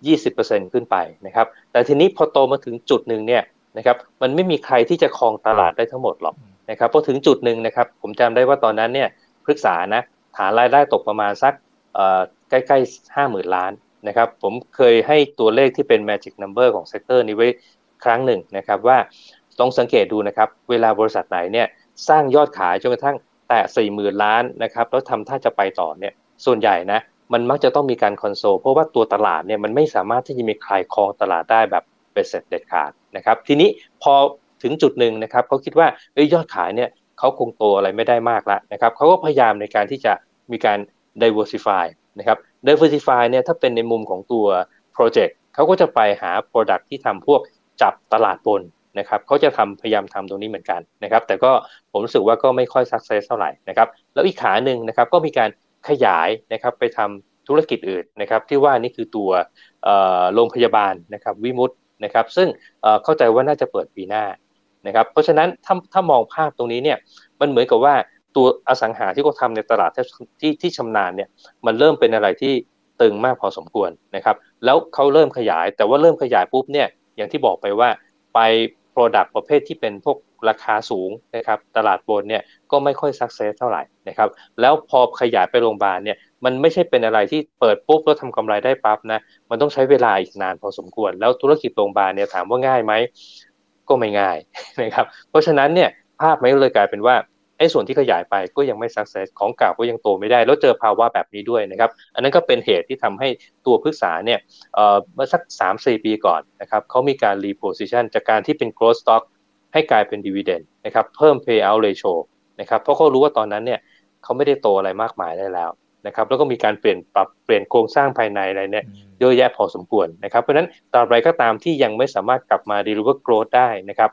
C: 20% ขึ้นไปนะครับแต่ทีนี้พอโตมาถึงจุดหนึ่งเนี่ยนะครับมันไม่มีใครที่จะครองตลาดได้ทั้งหมดหรอกนะครับพอถึงจุดหนึ่งนะครับผมจำได้ว่าตอนนั้นเนี่ยพฤกษาฐานรายได้ตกประมาณสักใกล้ๆ 50,000 ล้านนะครับผมเคยให้ตัวเลขที่เป็น magic number ของเซกเตอร์นี้ไว้ครั้งหนึ่งนะครับว่าต้องสังเกตดูนะครับเวลาบริษัทไหนเนี่ยสร้างยอดขายจนกระทั่งแตะ 40,000 ล้านนะครับแล้วทำท่าจะไปต่อเนี่ยส่วนใหญ่นะมันมักจะต้องมีการคอนโซลเพราะว่าตัวตลาดเนี่ยมันไม่สามารถที่จะมีใครครองตลาดได้แบบเป็นเสร็จเด็ดขาดนะครับทีนี้พอถึงจุดหนึ่งนะครับเขาคิดว่ายอดขายเนี่ยเขาคงโตอะไรไม่ได้มากแล้วนะครับเขาก็พยายามในการที่จะมีการ diversify นะครับ diversify เนี่ยถ้าเป็นในมุมของตัว project เขาก็จะไปหา product ที่ทำพวกจับตลาดบนนะครับเขาจะพยายามทำตรงนี้เหมือนกันนะครับแต่ก็ผมรู้สึกว่าก็ไม่ค่อย success เท่าไหร่นะครับแล้วอีกขาหนึ่งนะครับก็มีการขยายนะครับไปทำธุรกิจอื่นนะครับที่ว่านี่คือตัวโรงพยาบาลนะครับวิมุตนะครับซึ่งเข้าใจว่าน่าจะเปิดปีหน้านะครับเพราะฉะนั้นถ้ามองภาพตรงนี้เนี่ยมันเหมือนกับว่าตัวอสังหาที่เขาทำในตลาดที่ชำนาญเนี่ยมันเริ่มเป็นอะไรที่ตึงมากพอสมควรนะครับแล้วเขาเริ่มขยายแต่ว่าเริ่มขยายปุ๊บเนี่ยอย่างที่บอกไปว่าไป product ประเภทที่เป็นพวกราคาสูงนะครับตลาดบนเนี่ยก็ไม่ค่อย success เท่าไหร่นะครับแล้วพอขยายไปโรงพยาบาลเนี่ยมันไม่ใช่เป็นอะไรที่เปิดปุ๊บแล้วทำกำไรได้ปั๊บนะมันต้องใช้เวลาอีกนานพอสมควรแล้วธุรกิจโรงพยาบาลเนี่ยถามว่าง่ายไหมก็ไม่ง่ายนะครับเพราะฉะนั้นเนี่ยภาพมันก็เลยกลายเป็นว่าไอ้ส่วนที่ขยายไปก็ยังไม่ success ของเก่าก็ยังโตไม่ได้แล้วเจอภาวะแบบนี้ด้วยนะครับอันนั้นก็เป็นเหตุที่ทำให้ตัวพฤกษาเนี่ยเมื่อสัก 3-4 ปีก่อนนะครับเขามีการ reposition จากการที่เป็น growth stock ให้กลายเป็น dividend นะครับเพิ่ม payout ratio นะครับเพราะเขารู้ว่าตอนนั้นเนี่ยเขาไม่ได้โตอะไรมากมายได้แล้วนะครับแล้วก็มีการเปลี่ยนโครงสร้างภายในอะไรเนี่ยเยอะแยะพอสมควรนะครับเพราะฉะนั้นตราบใดก็ตามที่ยังไม่สามารถกลับมา deliver growth ได้นะครับ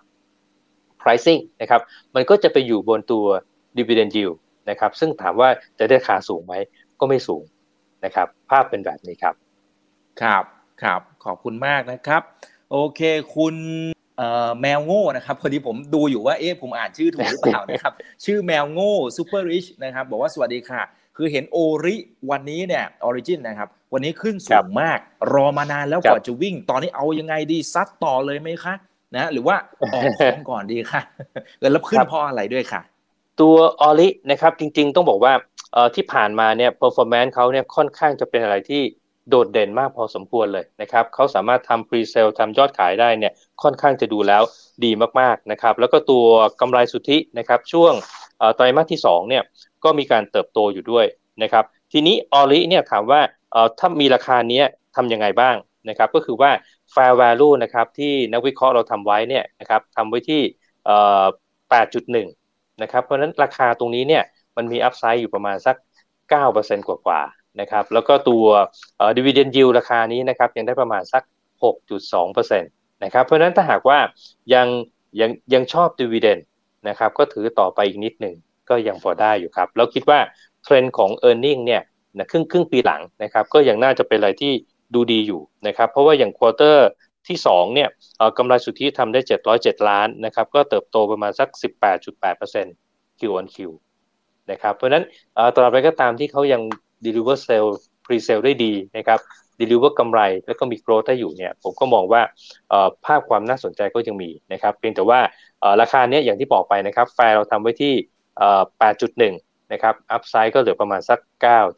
C: pricing นะครับมันก็จะไปอยู่บนตัว dividend yield นะครับซึ่งถามว่าจะได้ราคาสูงไหมก็ไม่สูงนะครับภาพเป็นแบบนี้ครับ
B: ครับขอบคุณมากนะครับโอเคคุณแมวโง่นะครับพอดีผมดูอยู่ว่าผมอ่านชื่อถูกหรือเปล่านะครับ ชื่อแมวโง่ Super Rich นะครับบอกว่าสวัสดีค่ะคือเห็นโอริวันนี้เนี่ย Origin นะครับวันนี้ขึ้นสูงมากรอมานานแล้วกว่าจะวิ่งตอนนี้เอายังไงดีซัดต่อเลยไหมคะนะหรือว่าออกของก่อนดีค่ะแล้วขึ้นเพราะอะไรด้วยค่ะ
C: ตัวออรินะครับจริงๆต้องบอกว่าที่ผ่านมาเนี่ย performance เขาเนี่ยค่อนข้างจะเป็นอะไรที่โดดเด่นมากพอสมควรเลยนะครับเขาสามารถทำ pre-sale ทำยอดขายได้เนี่ยค่อนข้างจะดูแล้วดีมากๆนะครับแล้วก็ตัวกำไรสุทธินะครับช่วงไตรมาสที่2เนี่ยก็มีการเติบโตอยู่ด้วยนะครับทีนี้ออริเนี่ยถามว่าถ้ามีราคานี้ทำยังไงบ้างนะครับก็คือว่า fair value นะครับที่นักวิเคราะห์เราทำไว้เนี่ยนะครับทำไว้ที่8.1 นะครับเพราะฉะนั้นราคาตรงนี้เนี่ยมันมี upside อยู่ประมาณสัก 9% กว่าๆนะครับแล้วก็ตัวdividend yield ราคานี้นะครับยังได้ประมาณสัก 6.2% นะครับเพราะฉะนั้นถ้าหากว่ายังชอบ dividend นะครับก็ถือต่อไปอีกนิดหนึ่งก็ยังพอได้อยู่ครับแล้วคิดว่าเทรนด์ของ earning เนี่ยนะครึ่งปีหลังนะครับก็ยังน่าจะเป็นอะไรที่ดูดีอยู่นะครับเพราะว่าอย่างควอเตอร์ที่2เนี่ยกำไรสุทธิทำได้707ล้านนะครับก็เติบโตประมาณสัก 18.8% Q on Q นะครับเพราะฉะนั้นตราบใดก็ตามที่เขายัง deliver sale pre-sale ได้ดีนะครับ deliver กำไรแล้วก็มี growth ได้อยู่เนี่ยผมก็มองว่าภาพความน่าสนใจก็ยังมีนะครับเพียงแต่ว่าราคาเนี้ยอย่างที่บอกไปนะครับแฟร์เราทำไว้ที่8.1 นะครับ upside ก็เหลือประมาณสัก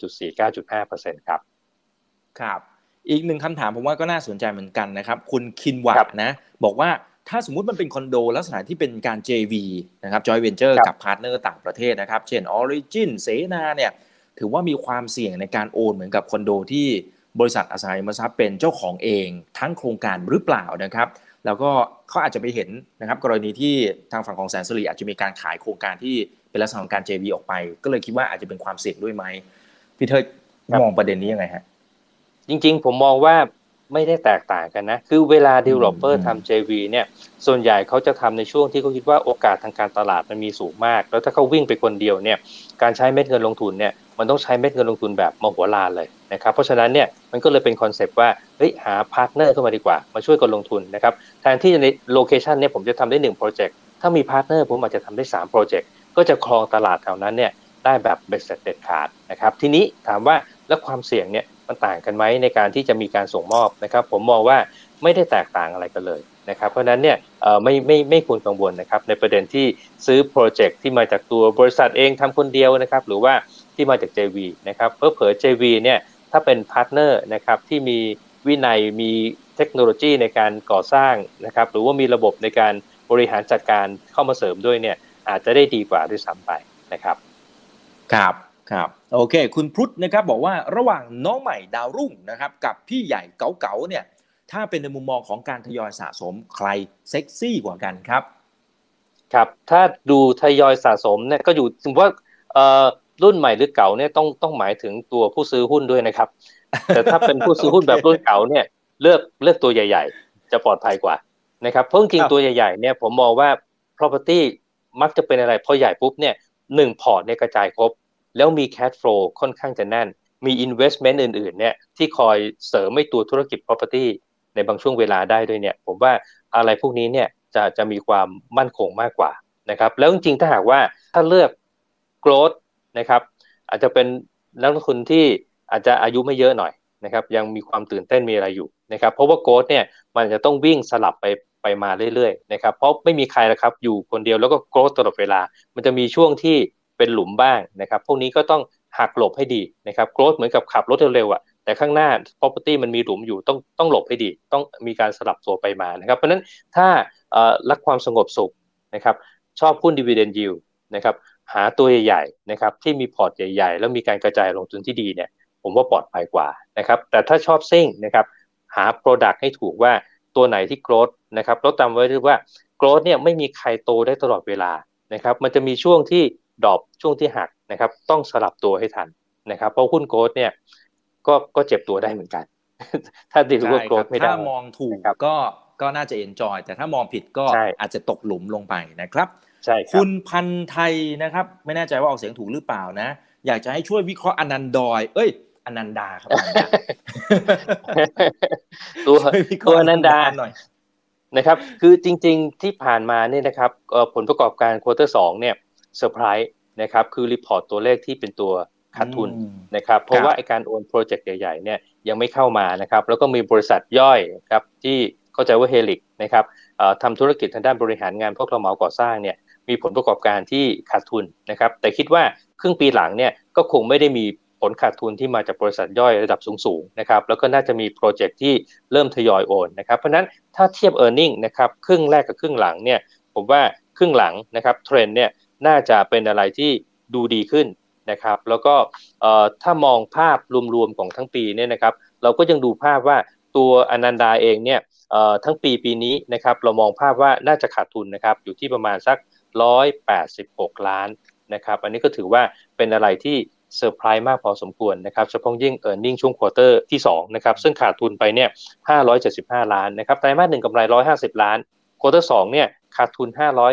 C: 9.4-9.5% ครับ
B: ครับอีกหนึ่งคำถามผมว่าก็น่าสนใจเหมือนกันนะครับคุณคินวัตนะบอกว่าถ้าสมมุติมันเป็นคอนโดลักษณะที่เป็นการ JV นะครับ Joint Venture กับพาร์ทเนอร์ต่างประเทศนะครับเช่น Origin เสนาเนี่ยถือว่ามีความเสี่ยงในการโอนเหมือนกับคอนโดที่บริษัทอสังหาริมทรัพย์เป็นเจ้าของเองทั้งโครงการหรือเปล่านะครับแล้วก็เขาอาจจะไปเห็นนะครับกรณีที่ทางฝั่งของแสนสิริอาจจะมีการขายโครงการที่เป็นลักษณะของการ JV ออกไปก็เลยคิดว่าอาจจะเป็นความเสี่ยงด้วยไหมพี่เทิดมองประเด็นนี้ยังไงฮะ
C: จริงๆผมมองว่าไม่ได้แตกต่างกันนะคือเวลา developer ทำ JV เนี่ยส่วนใหญ่เขาจะทำในช่วงที่เขาคิดว่าโอกาสทางการตลาดมันมีสูงมากแล้วถ้าเขาวิ่งไปคนเดียวเนี่ยการใช้เม็ดเงินลงทุนเนี่ยมันต้องใช้เม็ดเงินลงทุนแบบมโหฬารเลยนะครับเพราะฉะนั้นเนี่ยมันก็เลยเป็นคอนเซปต์ว่าเฮ้ยหาพาร์ทเนอร์เข้ามาดีกว่ามาช่วยกันลงทุนนะครับแทนที่ในโลเคชันเนี่ยผมจะทำได้1โปรเจกต์ถ้ามีพาร์ทเนอร์ผมอาจจะทำได้3โปรเจกต์ก็จะครองตลาดแถวนั้นเนี่ยได้แบบเบ็ดเสร็จเด็ดขาดนะครับทีนี้ถามว่าแล้วความเสี่ยงเนี่ยมันต่างกันไหมในการที่จะมีการส่งมอบนะครับผมมองว่าไม่ได้แตกต่างอะไรกันเลยนะครับเพราะฉะนั้นเนี่ยไม่ควรกังวลนะครับในประเด็นที่ซื้อโปรเจกต์ที่มาจากตัวบริษัทเองทำคนเดียวนะครับหรือว่าที่มาจาก JV นะครับเผลอ JV เนี่ยถ้าเป็นพาร์ทเนอร์นะครับที่มีวินัยมีเทคโนโลยีในการก่อสร้างนะครับหรือว่ามีระบบในการบริหารจัดการเข้ามาเสริมด้วยเนี่ยอาจจะได้ดีกว่าด้วยซ้ำไปนะครับ
B: ครับโอเคคุณพุทธนะครับบอกว่าระหว่างน้องใหม่ดาวรุ่งนะครับกับพี่ใหญ่เก๋าๆเนี่ยถ้าเป็นในมุมมองของการทยอยสะสมใครเซ็กซี่กว่ากันครับ
C: ครับถ้าดูทยอยสะสมเนี่ยก็อยู่ถึงว่ารุ่นใหม่หรือเก่าเนี่ยต้องหมายถึงตัวผู้ซื้อหุ้นด้วยนะครับแต่ถ้าเป็นผู้ซื้อหุ้นแบบรุ่นเก่าเนี่ยเลือกตัวใหญ่ๆจะปลอดภัยกว่านะครับเพราะจริงๆตัวใหญ่ๆเนี่ยผมมองว่า property มักจะเป็นอะไรพอใหญ่ปุ๊บเนี่ย1พอร์ตเนี่ยกระจายครบแล้วมี cash flow ค่อนข้างจะแน่นมี investment อื่นๆเนี่ยที่คอยเสริมให้ตัวธุรกิจ property ในบางช่วงเวลาได้ด้วยเนี่ยผมว่าอะไรพวกนี้เนี่ยจะมีความมั่นคงมากกว่านะครับแล้วจริงๆถ้าหากว่าถ้าเลือก growth นะครับอาจจะเป็นนักลงทุนที่อาจจะอายุไม่เยอะหน่อยนะครับยังมีความตื่นเต้นมีอะไรอยู่นะครับเพราะว่า growth เนี่ยมันจะต้องวิ่งสลับไปมาเรื่อยๆนะครับเพราะไม่มีใครละครับอยู่คนเดียวแล้วก็ growth ตลอดเวลามันจะมีช่วงที่เป็นหลุมบ้างนะครับพวกนี้ก็ต้องหักหลบให้ดีนะครับ growth เหมือนกับขับรถเร็วๆอ่ะแต่ข้างหน้า property มันมีหลุมอยู่ต้องหลบให้ดีต้องมีการสลับตัวไปมานะครับเพราะฉะนั้นถ้ารักความสงบสุขนะครับชอบหุ้น dividend yield นะครับหาตัวใหญ่ๆนะครับที่มีพอร์ตใหญ่ๆแล้วมีการกระจายลงทุนที่ดีเนี่ยผมว่าปลอดภัยกว่านะครับแต่ถ้าชอบซิ่งนะครับหา product ให้ถูกว่าตัวไหนที่ growth นะครับแล้วจำไว้ด้วยว่า growth เนี่ยไม่มีใครโตได้ตลอดเวลานะครับมันจะมีช่วงที่ดรอปช่วงที่หักนะครับต้องสลับตัวให้ทันนะครับเพราะหุ้น growth เนี่ยก็เจ็บตัวได้เหมือนกันถ้าดีรู้ว่า growth ไม่ได้
B: ถ้ามองถูกก็น่าจะ enjoy แต่ถ้ามองผิดก็อาจจะตกหลุมลงไปนะครับ
C: ใช่ครับ
B: คุณพันไทยนะครับไม่แน่ใจว่าออกเสียงถูกหรือเปล่านะอยากจะให้ช่วยวิเคราะห์อนันดอยอนันดาครับ
C: ตัวอนันดาหน่อยนะครับคือจริงๆที่ผ่านมาเนี่ยนะครับผลประกอบการควอเตอร์2เนี่ยเซอร์ไพรส์นะครับคือรีพอร์ตตัวเลขที่เป็นตัวขาดทุนนะครับเพราะว่าไอ้การโอนโปรเจกต์ใหญ่ๆเนี่ยยังไม่เข้ามานะครับแล้วก็มีบริษัทย่อยครับที่เข้าใจว่าเฮลิกนะครับทำธุรกิจทางด้านบริหารงานพวกรับเหมาก่อสร้างเนี่ยมีผลประกอบการที่ขาดทุนนะครับแต่คิดว่าครึ่งปีหลังเนี่ยก็คงไม่ได้มีผลขาดทุนที่มาจากบริษัทย่อยระดับสูงๆนะครับแล้วก็น่าจะมีโปรเจกต์ที่เริ่มทยอยโอนนะครับเพราะนั้นถ้าเทียบ earning นะครับครึ่งแรกกับครึ่งหลังเนี่ยผมว่าครึ่งหลังนะครับเทรนด์เนี่ยน่าจะเป็นอะไรที่ดูดีขึ้นนะครับแล้วก็ถ้ามองภาพรวมๆของทั้งปีเนี่ยนะครับเราก็ยังดูภาพว่าตัวอนันดาเองเนี่ยทั้งปีนี้นะครับเรามองภาพว่าน่าจะขาดทุนนะครับอยู่ที่ประมาณสัก186ล้านนะครับอันนี้ก็ถือว่าเป็นอะไรที่เซอร์ไพรส์มากพอสมควรนะครับเฉพาะยิ่งearning ช่วงควอเตอร์ที่2นะครับซึ่งขาดทุนไปเนี่ย575ล้านนะครับไตรมาส1กำไร150ล้านควอเตอร์2เนี่ยขาดทุน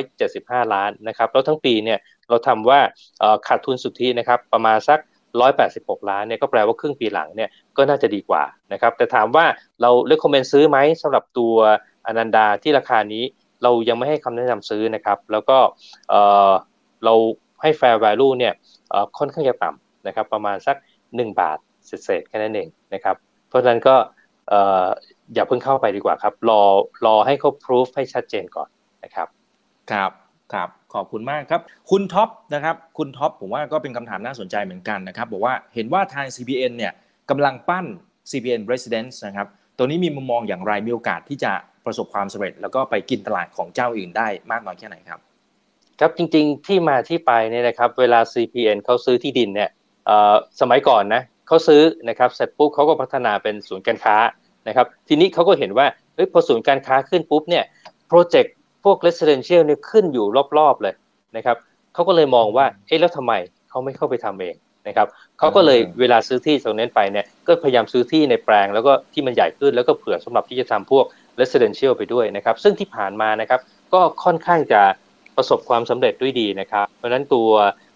C: 575ล้านนะครับแล้วทั้งปีเนี่ยเราทำว่าขาดทุนสุทธินะครับประมาณสัก186ล้านเนี่ยก็แปลว่าครึ่งปีหลังเนี่ยก็น่าจะดีกว่านะครับแต่ถามว่าเราrecommendซื้อไหมสำหรับตัวอนันดาที่ราคานี้เรายังไม่ให้คำแนะนำซื้อนะครับแล้วก็เราให้ fair value เนี่ยค่อนข้างจะต่ำนะครับประมาณสัก1 บาทเศษๆแค่นั้นเองนะครับเพราะฉะนั้นก็อย่าเพิ่งเข้าไปดีกว่าครับรอให้เขา proof ให้ชัดเจนก่อนนะครับ
B: ครับขอบคุณมากครับคุณท็อปนะครับคุณท็อปผมว่าก็เป็นคำถามน่าสนใจเหมือนกันนะครับบอกว่าเห็นว่าทาง CBN เนี่ยกำลังปั้น CBN Residence นะครับตัวนี้มีมุมมองอย่างไรมีโอกาสที่จะประสบความสำเร็จแล้วก็ไปกินตลาดของเจ้าอื่นได้มากน้อยแค่ไหนครับ
C: ครับจริงๆที่มาที่ไปเนี่ยนะครับเวลา CPN เขาซื้อที่ดินเนี่ยสมัยก่อนนะเขาซื้อนะครับเสร็จปุ๊บเขาก็พัฒนาเป็นศูนย์การค้านะครับทีนี้เขาก็เห็นว่าพอศูนย์การค้าขึ้นปุ๊บเนี่ยโปรเจกต์พวก residential เนี่ยขึ้นอยู่รอบๆเลยนะครับเขาก็เลยมองว่าแล้วทำไมเขาไม่เข้าไปทำเองนะครับเขาก็เลยเวลาซื้อที่ตรงนั้นไปเนี่ยก็พยายามซื้อที่ในแปลงแล้วก็ที่มันใหญ่ขึ้นแล้วก็เผื่อสำหรับที่จะทำพวก residential ไปด้วยนะครับซึ่งที่ผ่านมานะครับก็ค่อนข้างจะประสบความสำเร็จด้วยดีนะครับเพราะฉะนั้นตัว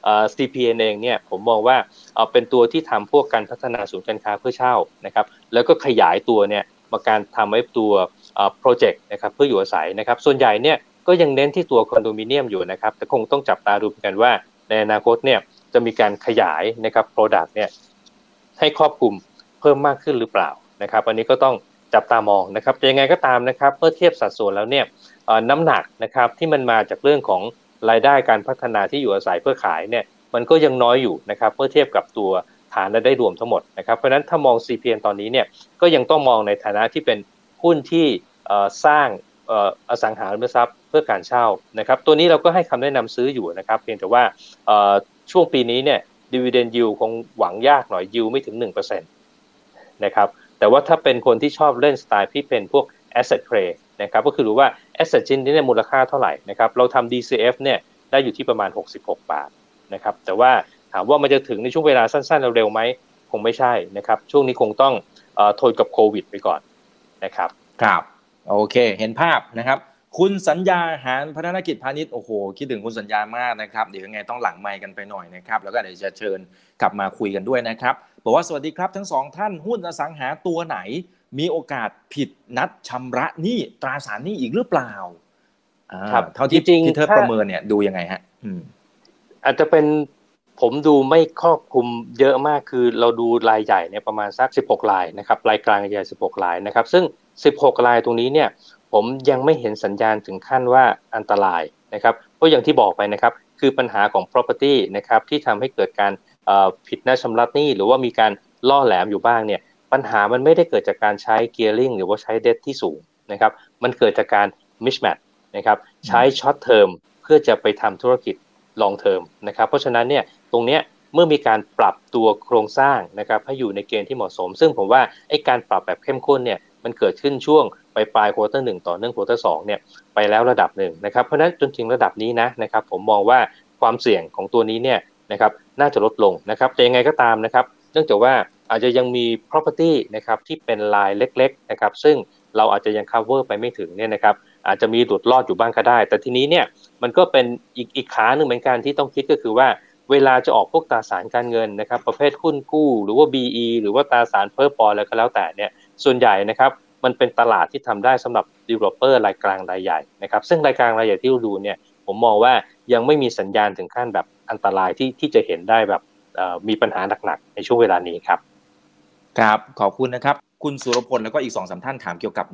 C: CPN เองเนี่ยผมมองว่าเป็นตัวที่ทำพวกการพัฒนาศูนย์การค้าเพื่อเช่านะครับแล้วก็ขยายตัวเนี่ยมาการทำให้ตัวโปรเจกต์นะครับเพื่ออยู่อาศัยนะครับส่วนใหญ่เนี่ยก็ยังเน้นที่ตัวคอนโดมิเนียมอยู่นะครับแต่คงต้องจับตาดูกันว่าในอนาคตเนี่ยจะมีการขยายนะครับ product เนี่ยให้ครอบคลุมเพิ่มมากขึ้นหรือเปล่านะครับอันนี้ก็ต้องจับตามองนะครับยังไงก็ตามนะครับเมื่อเทียบสัดส่วนแล้วเนี่ยน้ำหนักนะครับที่มันมาจากเรื่องของรายได้การพัฒนาที่อยู่อาศัยเพื่อขายเนี่ยมันก็ยังน้อยอยู่นะครับเมื่อเทียบกับตัวฐานรายได้รวมทั้งหมดนะครับเพราะฉะนั้นถ้ามอง CPN ตอนนี้เนี่ยก็ยังต้องมองในฐานะที่เป็นหุ้นที่สร้างอสังหาริมทรัพย์เพื่อการเช่านะครับตัวนี้เราก็ให้คำแนะนำซื้ออยู่นะครับเพียงแต่ว่าช่วงปีนี้เนี่ย dividend yield คงหวังยากหน่อย yield ไม่ถึง 1% นะครับแต่ว่าถ้าเป็นคนที่ชอบเล่นสไตล์ที่เป็นพวก asset play นะครับก็คือรู้ว่า asset ชิ้นนี้เนี่ยมูลค่าเท่าไหร่นะครับเราทำ DCF เนี่ยได้อยู่ที่ประมาณ66 บาทนะครับแต่ว่าถามว่ามันจะถึงในช่วงเวลาสั้นๆเร็วๆไหมคงไม่ใช่นะครับช่วงนี้คงต้องทนกับโควิดไปก่อนนะครับ
B: ครับโอเคเห็นภาพนะครับคุณสัญญาหารพัฒนกิจพาณิชย์โอ้โหคิดถึงคุณสัญญามากนะครับเดี๋ยวยังไงต้องหลังไมค์กันไปหน่อยนะครับแล้วก็เดี๋ยวจะเชิญกลับมาคุยกันด้วยนะครับบอกว่าสวัสดีครับทั้งสองท่านหุ้นอสังหาตัวไหนมีโอกาสผิดนัดชำระหนี้ตราสารหนี้อีกหรือเปล่า
C: ครับ
B: เท่าที่พี่เทิดประเมินเนี่ยดูยังไงฮะ
C: อาจจะเป็นผมดูไม่ครอบคลุมเยอะมากคือเราดูรายใหญ่เนี่ยประมาณสัก16รายนะครับรายกลางใหญ่16รายนะครับซึ่ง16รายตรงนี้เนี่ยผมยังไม่เห็นสัญญาณถึงขั้นว่าอันตรายนะครับเพราะอย่างที่บอกไปนะครับคือปัญหาของ property นะครับที่ทำให้เกิดการผิดนัดชำระหนี้หรือว่ามีการล่อแหลมอยู่บ้างเนี่ยปัญหามันไม่ได้เกิดจากการใช้ gearing หรือว่าใช้ debt ที่สูงนะครับมันเกิดจากการ mismatch นะครับใช้ short term เพื่อจะไปทำธุรกิจlong term นะครับเพราะฉะนั้นเนี่ยตรงเนี้ยเมื่อมีการปรับตัวโครงสร้างนะครับให้อยู่ในเกณฑ์ที่เหมาะสมซึ่งผมว่าไอ้การปรับแบบเข้มข้นเนี่ยมันเกิดขึ้นช่วงปลายควอเตอร์1ต่อเนื่องควอเตอร์2เนี่ยไปแล้วระดับหนึ่งนะครับเพราะฉะนั้นจนถึงระดับนี้นะครับผมมองว่าความเสี่ยงของตัวนี้เนี่ยนะครับน่าจะลดลงนะครับแต่ยังไงก็ตามนะครับเนื่องจากว่าอาจจะยังมี property นะครับที่เป็นรายเล็กๆนะครับซึ่งเราอาจจะยัง cover ไปไม่ถึงเนี่ยนะครับอาจจะมีหลุดรอดอยู่บ้างก็ได้แต่ทีนี้เนี่ยมันก็เป็นอีกขาหนึ่งเหมือนกันที่ต้องคิดก็คือว่าเวลาจะออกพวกตราสารการเงินนะครับประเภทหุ้นกู้หรือว่า BE หรือว่าตราสารเพ้อปออะไรก็แล้วแต่เนี่ยส่วนใหญ่นะครับมันเป็นตลาดที่ทำได้สำหรับ developer รายกลางรายใหญ่นะครับซึ่งรายกลางรายใหญ่ที่เราดูเนี่ยผมมองว่ายังไม่มีสัญญาณถึงขั้นแบบอันตรายที่จะเห็นได้แบบมีปัญหาหนักๆในช่วงเวลานี้ครับ
B: ครับขอบคุณนะครับคุณสุรพลแล้วก็อีก 2-3 ท่านถามเกี่ยวกับ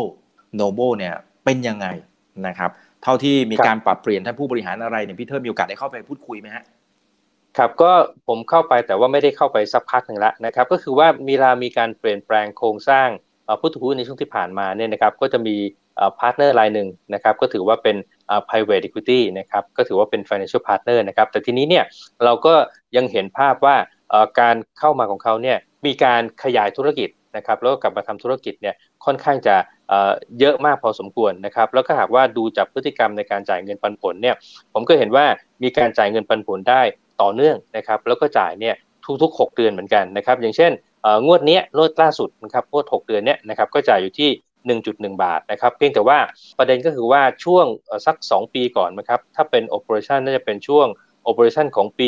B: Noble เนี่ยเป็นยังไงนะครับเท่าที่มีการปรับเปลี่ยนท่านผู้บริหารอะไรเนี่ยพี่เทิดมีโอกาสได้เข้าไปพูดคุยไหมฮะ
C: ครับก็ผมเข้าไปแต่ว่าไม่ได้เข้าไปสักพักหนึ่งแล้วนะครับก็คือว่ามีการเปลี่ยนแปลงโครงสร้างผู้ถือหุ้นในช่วงที่ผ่านมาเนี่ยนะครับก็จะมีพาร์ทเนอร์รายหนึ่งนะครับก็ถือว่าเป็นprivate equity นะครับก็ถือว่าเป็น financial partner นะครับแต่ทีนี้เนี่ยเราก็ยังเห็นภาพว่าการเข้ามาของเขาเนี่ยมีการขยายธุรกิจนะครับแล้วก็กลับมาทำธุรกิจเนี่ยค่อนข้างจะเยอะมากพอสมควรนะครับแล้วก็หากว่าดูจากพฤติกรรมในการจ่ายเงินปันผลเนี่ยผมก็เห็นว่ามีการจ่ายเงินปันผลได้ต่อเนื่องนะครับแล้วก็จ่ายเนี่ยทุกๆ6 เดือนเหมือนกันนะครับอย่างเช่นงวดล่าสุดนะครับงวด6 เดือนเนี่ยนะครับก็จ่ายอยู่ที่ 1.1 บาทนะครับเพียงแต่ว่าประเด็นก็คือว่าช่วงสัก2 ปีก่อนนะครับถ้าเป็น operation น่าจะเป็นช่วง operation ของปี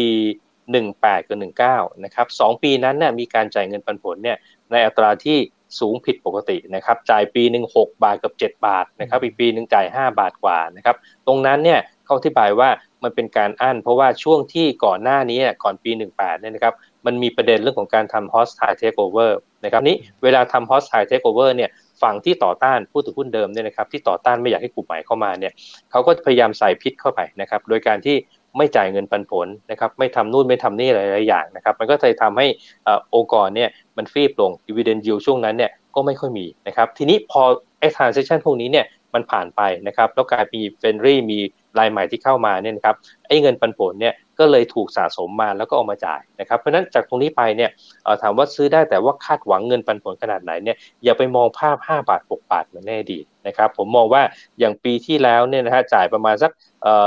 C: 18กับ19นะครับ2 ปีนั้นเนี่ยมีการจ่ายเงินปันผลเนี่ยในอัตราที่สูงผิดปกตินะครับจ่ายปีหนึ่ง6 บาทกับ7 บาทนะครับอีกปีหนึ่งจ่าย5 บาทกว่านะครับตรงนั้นเนี่ยเขาอธิบายว่ามันเป็นการอั้นเพราะว่าช่วงที่ก่อนหน้านี้ก่อนปี18เนี่ยนะครับมันมีประเด็นเรื่องของการทำ hostile takeover นะครับนี้เวลาทำ hostile takeover เนี่ยฝั่งที่ต่อต้านผู้ถือหุ้นเดิมเนี่ยนะครับที่ต่อต้านไม่อยากให้กลุ่มใหม่เข้ามาเนี่ยเขาก็พยายามใส่พิษเข้าไปนะครับโดยการที่ไม่จ่ายเงินปันผลนะครับไม่ทำนู่นไม่ทำนี่หลายๆอย่างนะครับมันก็เลยทำให้องค์กรเนี่ยมันฟีบลง dividend yield ช่วงนั้นเนี่ยก็ไม่ค่อยมีนะครับทีนี้พอtransaction พวกนี้เนี่ยมันผ่านไปนะครับแล้วกลายมีเฟนรี่มีรายใหม่ที่เข้ามาเนี่ยนะครับไอ้เงินปันผลเนี่ยก็เลยถูกสะสมมาแล้วก็เอามาจ่ายนะครับเพราะฉะนั้นจากตรงนี้ไปเนี่ยถามว่าซื้อได้แต่ว่าคาดหวังเงินปันผลขนาดไหนเนี่ยอย่าไปมองภาพ5 บาท6 บาทเหมือนในอดีตนะครับผมมองว่าอย่างปีที่แล้วเนี่ยนะฮะจ่ายประมาณสัก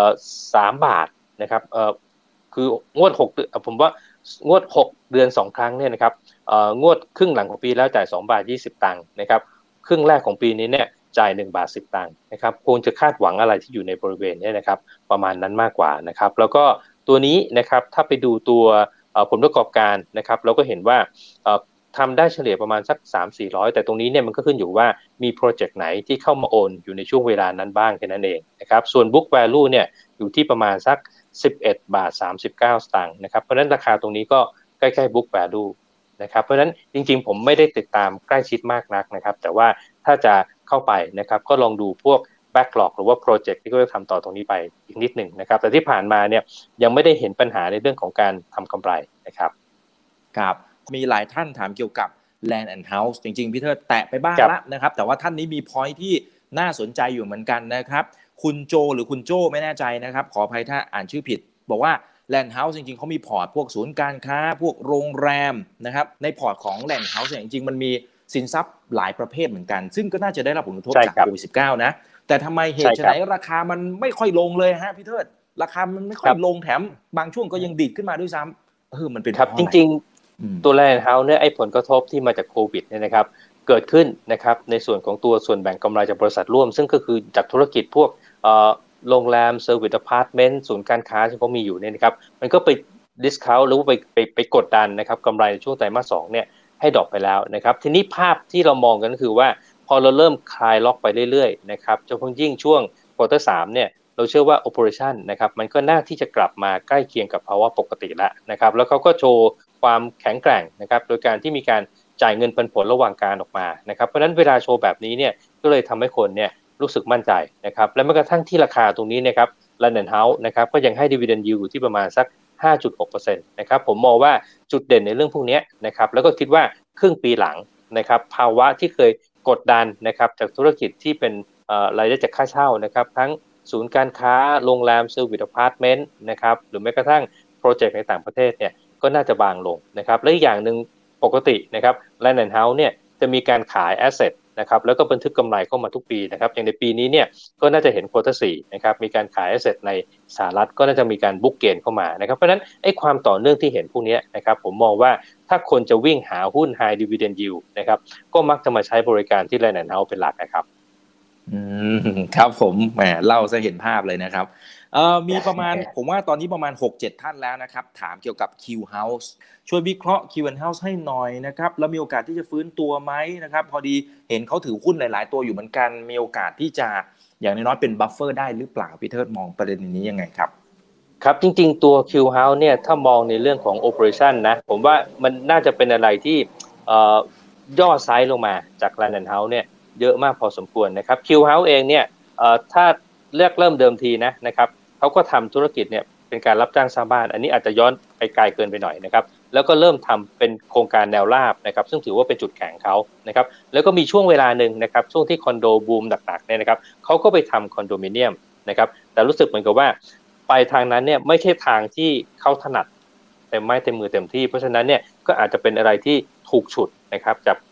C: 3 บาทนะครับคืองวด6 เดือนผมว่างวด6 เดือน2 ครั้งเนี่ยนะครับงวดครึ่งหลังของปีแล้วจ่าย2 บาท 20 ตังค์นะครับครึ่งแรกของปีนี้เนี่ยจ่าย1 บาท 10 ตังค์นะครับควรจะคาดหวังอะไรที่อยู่ในบริเวณนี้นะครับประมาณนั้นมากกว่านะครับแล้วก็ตัวนี้นะครับถ้าไปดูตัวผลประกอบการนะครับเราก็เห็นว่าทำได้เฉลี่ยประมาณสัก 3-400 แต่ตรงนี้เนี่ยมันก็ขึ้นอยู่ว่ามีโปรเจกต์ไหนที่เข้ามาโอนอยู่ในช่วงเวลานั้นบ้างแค่นั้นเองนะครับส่วน book value เนี่ยอยู่ที่ประมาณสัก11 บาท 39 สตางค์นะครับเพราะฉะนั้นราคาตรงนี้ก็ใกล้ๆ book value นะครับเพราะฉะนั้นจริงๆผมไม่ได้ติดตามใกล้ชิดมากนักนะครับแต่ว่าถ้าจะเข้าไปนะครับก็ลองดูพวก backlog หรือว่าโปรเจกต์ที่ก็จะทำต่อตรงนี้ไปอีกนิดหนึ่งนะครับแต่ที่ผ่านมาเนี่ยยังไม่ได้เห็นปัญหาในเรื่องของการทำกำไรนะครับ
B: ครับมีหลายท่านถามเกี่ยวกับ Land and House จริงๆพี่เทิดแตะไปบ้างแล้วนะครับแต่ว่าท่านนี้มี point ที่น่าสนใจอยู่เหมือนกันนะครับคุณโจหรือคุณโจไม่แน่ใจนะครับขออภัยถ้าอ่านชื่อผิดบอกว่า Land House จริงๆเขามีพอร์ตพวกศูนย์การค้าพวกโรงแรมนะครับในพอร์ตของ Land House เนี่ยจริงๆมันมีสินทรัพย์หลายประเภทเหมือนกันซึ่งก็น่าจะได้รับผลกระทบจากโควิด-19 นะแต่ทำไมเหตุไฉนราคามันไม่ค่อยลงเลยฮะพี่เทิดราคามันไม่ค่อยลงแถมบางช่วงก็ยังดีดขึ้นมาด้วยซ้ำมันเป็น
C: ครับจริงๆตัว Land House เนี่ยไอ้ผลกระทบที่มาจากโควิดเนี่ยนะครับเกิดขึ้นนะครับในส่วนของตัวส่วนแบ่งกำไรจากบริษัทร่วมซึ่งก็คือจากธุรกิจพวกโรงแรมเซอร์วิสอพาร์ตเมนต์ศูนย์การค้าที่เขามีอยู่เนี่ยนะครับมันก็ไปดิสเคาท์หรือว่าไปกดดันนะครับกำไรในช่วงไตรมาส 2เนี่ยให้ดรอปไปแล้วนะครับทีนี้ภาพที่เรามองกันก็คือว่าพอเราเริ่มคลายล็อกไปเรื่อยๆนะครับเฉพาะยิ่งช่วงควอเตอร์ 3เนี่ยเราเชื่อว่า operation นะครับมันก็น่าที่จะกลับมาใกล้เคียงกับภาวะปกติแล้วนะครับแล้วเขาก็โชว์ความแข็งแกร่งนะครับโดยการที่มีการจ่ายเงินปันผลระหว่างการออกมานะครับเพราะฉะนั้นเวลาโชว์แบบนี้เนี่ยก็เลยทำให้คนเนี่ยรู้สึกมั่นใจนะครับและแม้กระทั่งที่ราคาตรงนี้นะครับ Land House นะครับก็ยังให้ dividend yield อยู่ที่ประมาณสัก 5.6% นะครับผมมองว่าจุดเด่นในเรื่องพวกนี้นะครับแล้วก็คิดว่าครึ่งปีหลังนะครับภาวะที่เคยกดดันนะครับจากธุรกิจที่เป็นรายได้จากค่าเช่านะครับทั้งศูนย์การค้าโรงแรมเซอร์วิสอพาร์ตเมนต์นะครับหรือแม้กระทั่งโปรเจกต์ในต่างประเทศเนี่ยก็น่าจะบางลงนะครับและอีกอย่างหนึ่งปกตินะครับ Land and House เนี่ยจะมีการขายแอสเซทนะครับแล้วก็บันทึกกำไรเข้ามาทุกปีนะครับอย่างในปีนี้เนี่ยก็น่าจะเห็นควอเตอร์ 4นะครับมีการขายแอสเซทในสหรัฐก็น่าจะมีการบุ๊กเกนเข้ามานะครับเพราะฉะนั้นไอ้ความต่อเนื่องที่เห็นพวกนี้นะครับผมมองว่าถ้าคนจะวิ่งหาหุ้น High Dividend Yield นะครับก็มักจะมาใช้บริการที่ Land and House เป็นหลักนะครับ
B: ครับผมแหมเล่าซะเห็นภาพเลยนะครับมีประมาณผมว่าตอนนี้ประมาณ 6-7 ท่านแล้วนะครับถามเกี่ยวกับ Q House ช่วยวิเคราะห์ Q House ให้หน่อยนะครับแล้วมีโอกาสที่จะฟื้นตัวไหมนะครับพอดีเห็นเขาถือหุ้นหลายๆตัวอยู่เหมือนกันมีโอกาสที่จะอย่างน้อยๆเป็นบัฟเฟอร์ได้หรือเปล่าพี่เทิดมองประเด็นนี้ยังไงครับ
C: ครับจริงๆตัว Q House เนี่ยถ้ามองในเรื่องของ operation นะผมว่ามันน่าจะเป็นอะไรที่ย่อไซส์ลงมาจาก Land and House เนี่ยเยอะมากพอสมควรนะครับ Q House เองเนี่ยถ้าเริ่มเดิมทีนะครับเขาก็ทำธุรกิจเนี่ยเป็นการรับจ้างสร้างบ้านอันนี้อาจจะย้อนไปไกลเกินไปหน่อยนะครับแล้วก็เริ่มทำเป็นโครงการแนวราบนะครับซึ่งถือว่าเป็นจุดแข็งเขานะครับแล้วก็มีช่วงเวลาหนึ่งนะครับช่วงที่คอนโดบูมหนักๆเนี่ยนะครับเขาก็ไปทำคอนโดมิเนียมนะครับแต่รู้สึกเหมือนกับว่าไปทางนั้นเนี่ยไม่ใช่ทางที่เขาถนัดเต็มไม้เต็มมือเต็มที่เพราะฉะนั้นเนี่ยก็อาจจะเป็นอะไรที่ถูกฉุดนะครับจาก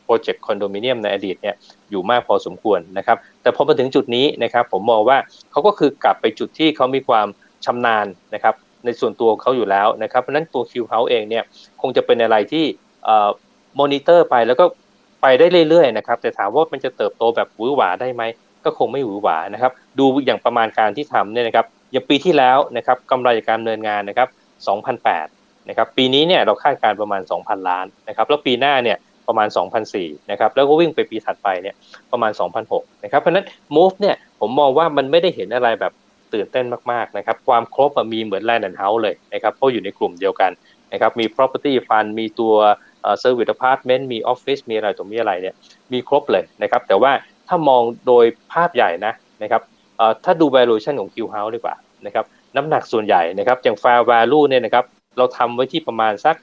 C: โปรเจกต์คอนโดมิเนียมในอดีตเนี่ยอยู่มากพอสมควรนะครับแต่พอมาถึงจุดนี้นะครับผมมองว่าเขาก็คือกลับไปจุดที่เขามีความชำนาญนะครับในส่วนตัวเขาอยู่แล้วนะครับเพราะฉะนั้นตัว Q House เองเนี่ยคงจะเป็นอะไรที่มอนิเตอร์ไปแล้วก็ไปได้เรื่อยๆนะครับแต่ถามว่ามันจะเติบโตแบบหวือหวาได้ไหมก็คงไม่หวือหวานะครับดูอย่างประมาณการที่ทำเนี่ยนะครับอย่างปีที่แล้วนะครับกำไรจากการดำเนินงานนะครับ 2,800 นะครับปีนี้เนี่ยเราคาดการณ์ประมาณ 2,000 ล้านนะครับแล้วปีหน้าเนี่ยประมาณ 2,400 นะครับแล้วก็วิ่งไปปีถัดไปเนี่ยประมาณ 2,600 นะครับเพราะฉะนั้น move เนี่ยผมมองว่ามันไม่ได้เห็นอะไรแบบตื่นเต้นมากๆนะครับความครบมีเหมือน Land and House เลยนะครับเพราะอยู่ในกลุ่มเดียวกันนะครับมี property fund มีตัวservice apartment มี office มีอะไรตรงนี้อะไรเนี่ยมีครบเลยนะครับแต่ว่าถ้ามองโดยภาพใหญ่นะครับถ้าดู valuation ของ Q House ดีกว่านะครับน้ำหนักส่วนใหญ่นะครับอย่าง fair value เนี่ยนะครับเราทำไว้ที่ประมาณสัก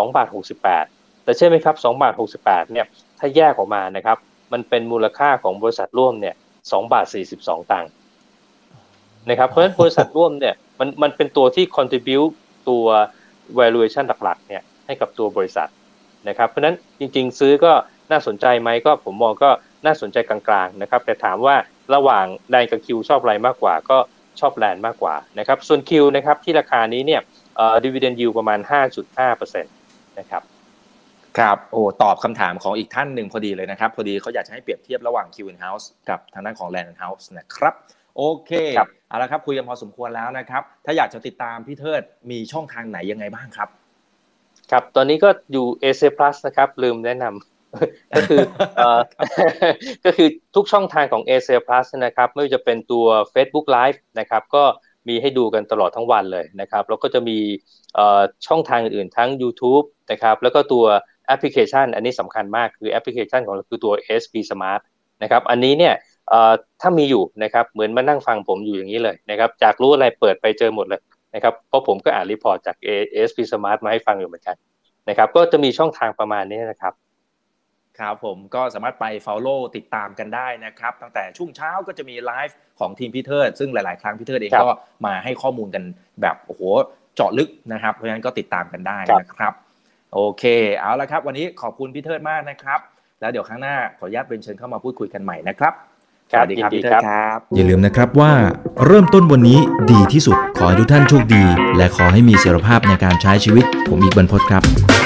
C: 2.68 แต่ใช่ไหมครับ2.68 เนี่ยถ้าแยกออกมานะครับมันเป็นมูลค่าของบริษัทร่วมเนี่ย2.42 ตังค์นะครับเพราะฉะนั้นบริษัทร่วมเนี่ยมันเป็นตัวที่ contribute ตัว valuation หลักๆเนี่ยให้กับตัวบริษัทนะครับเพราะฉะนั้นจริงๆซื้อก็น่าสนใจไหมก็ผมมองก็น่าสนใจกลางๆนะครับแต่ถามว่าระหว่างแลนกับคิวชอบอะไรมากกว่าก็ชอบแลนมากกว่านะครับส่วนคิวนะครับที่ราคานี้เนี่ยdividend yield ประมาณ 5.5% นะครับ
B: ครับโอ้ตอบคำถามของอีกท่านหนึ่งพอดีเลยนะครับพอดีเขาอยากจะให้เปรียบเทียบระหว่าง Q House กับทางด้านของ Land House นะครับโอเคเอาละครับคุยกันพอสมควรแล้วนะครับถ้าอยากจะติดตามพี่เทิดมีช่องทางไหนยังไงบ้างครับ
C: ครับตอนนี้ก็อยู่ AC Plus นะครับลืมแนะนำ ก็คือ ก็คือทุกช่องทางของ AC Plus นะครับไม่ว่าจะเป็นตัว Facebook Live นะครับก็มีให้ดูกันตลอดทั้งวันเลยนะครับแล้วก็จะมีช่องทางอื่นๆทั้ง YouTube นะครับแล้วก็ตัวแอปพลิเคชันอันนี้สำคัญมากคือแอปพลิเคชันของเราคือตัว SP Smart นะครับอันนี้เนี่ยถ้ามีอยู่นะครับเหมือนมานั่งฟังผมอยู่อย่างนี้เลยนะครับจากรู้อะไรเปิดไปเจอหมดเลยนะครับเพราะผมก็อ่านรีพอร์ตจาก SP Smart มาให้ฟังอยู่เหมือนกันนะครับก็จะมีช่องทางประมาณนี้นะครับ
B: ครับผมก็สามารถไป follow ติดตามกันได้นะครับตั้งแต่ช่วงเช้าก็จะมีไลฟ์ของทีมพี่เทิดซึ่งหลายๆครั้งพี่เทิดเองก็มาให้ข้อมูลกันแบบโอ้โหเจาะลึกนะครับเพราะฉะนั้นก็ติดตามกันได้นะครับโอเคเอาละครับวันนี้ขอบคุณพี่เทิดมากนะครับแล้วเดี๋ยวครั้งหน้าขออนุญาตเป็นเชิญเข้ามาพูดคุยกันใหม่นะครับ
C: สวัสดีครับพี่เทิดครับ
A: อย่าลืมนะครับว่าเริ่มต้นวันนี้ดีที่สุดขอให้ทุกท่านโชคดีและขอให้มีเสรีภาพในการใช้ชีวิตผมอีกบรรพตครับ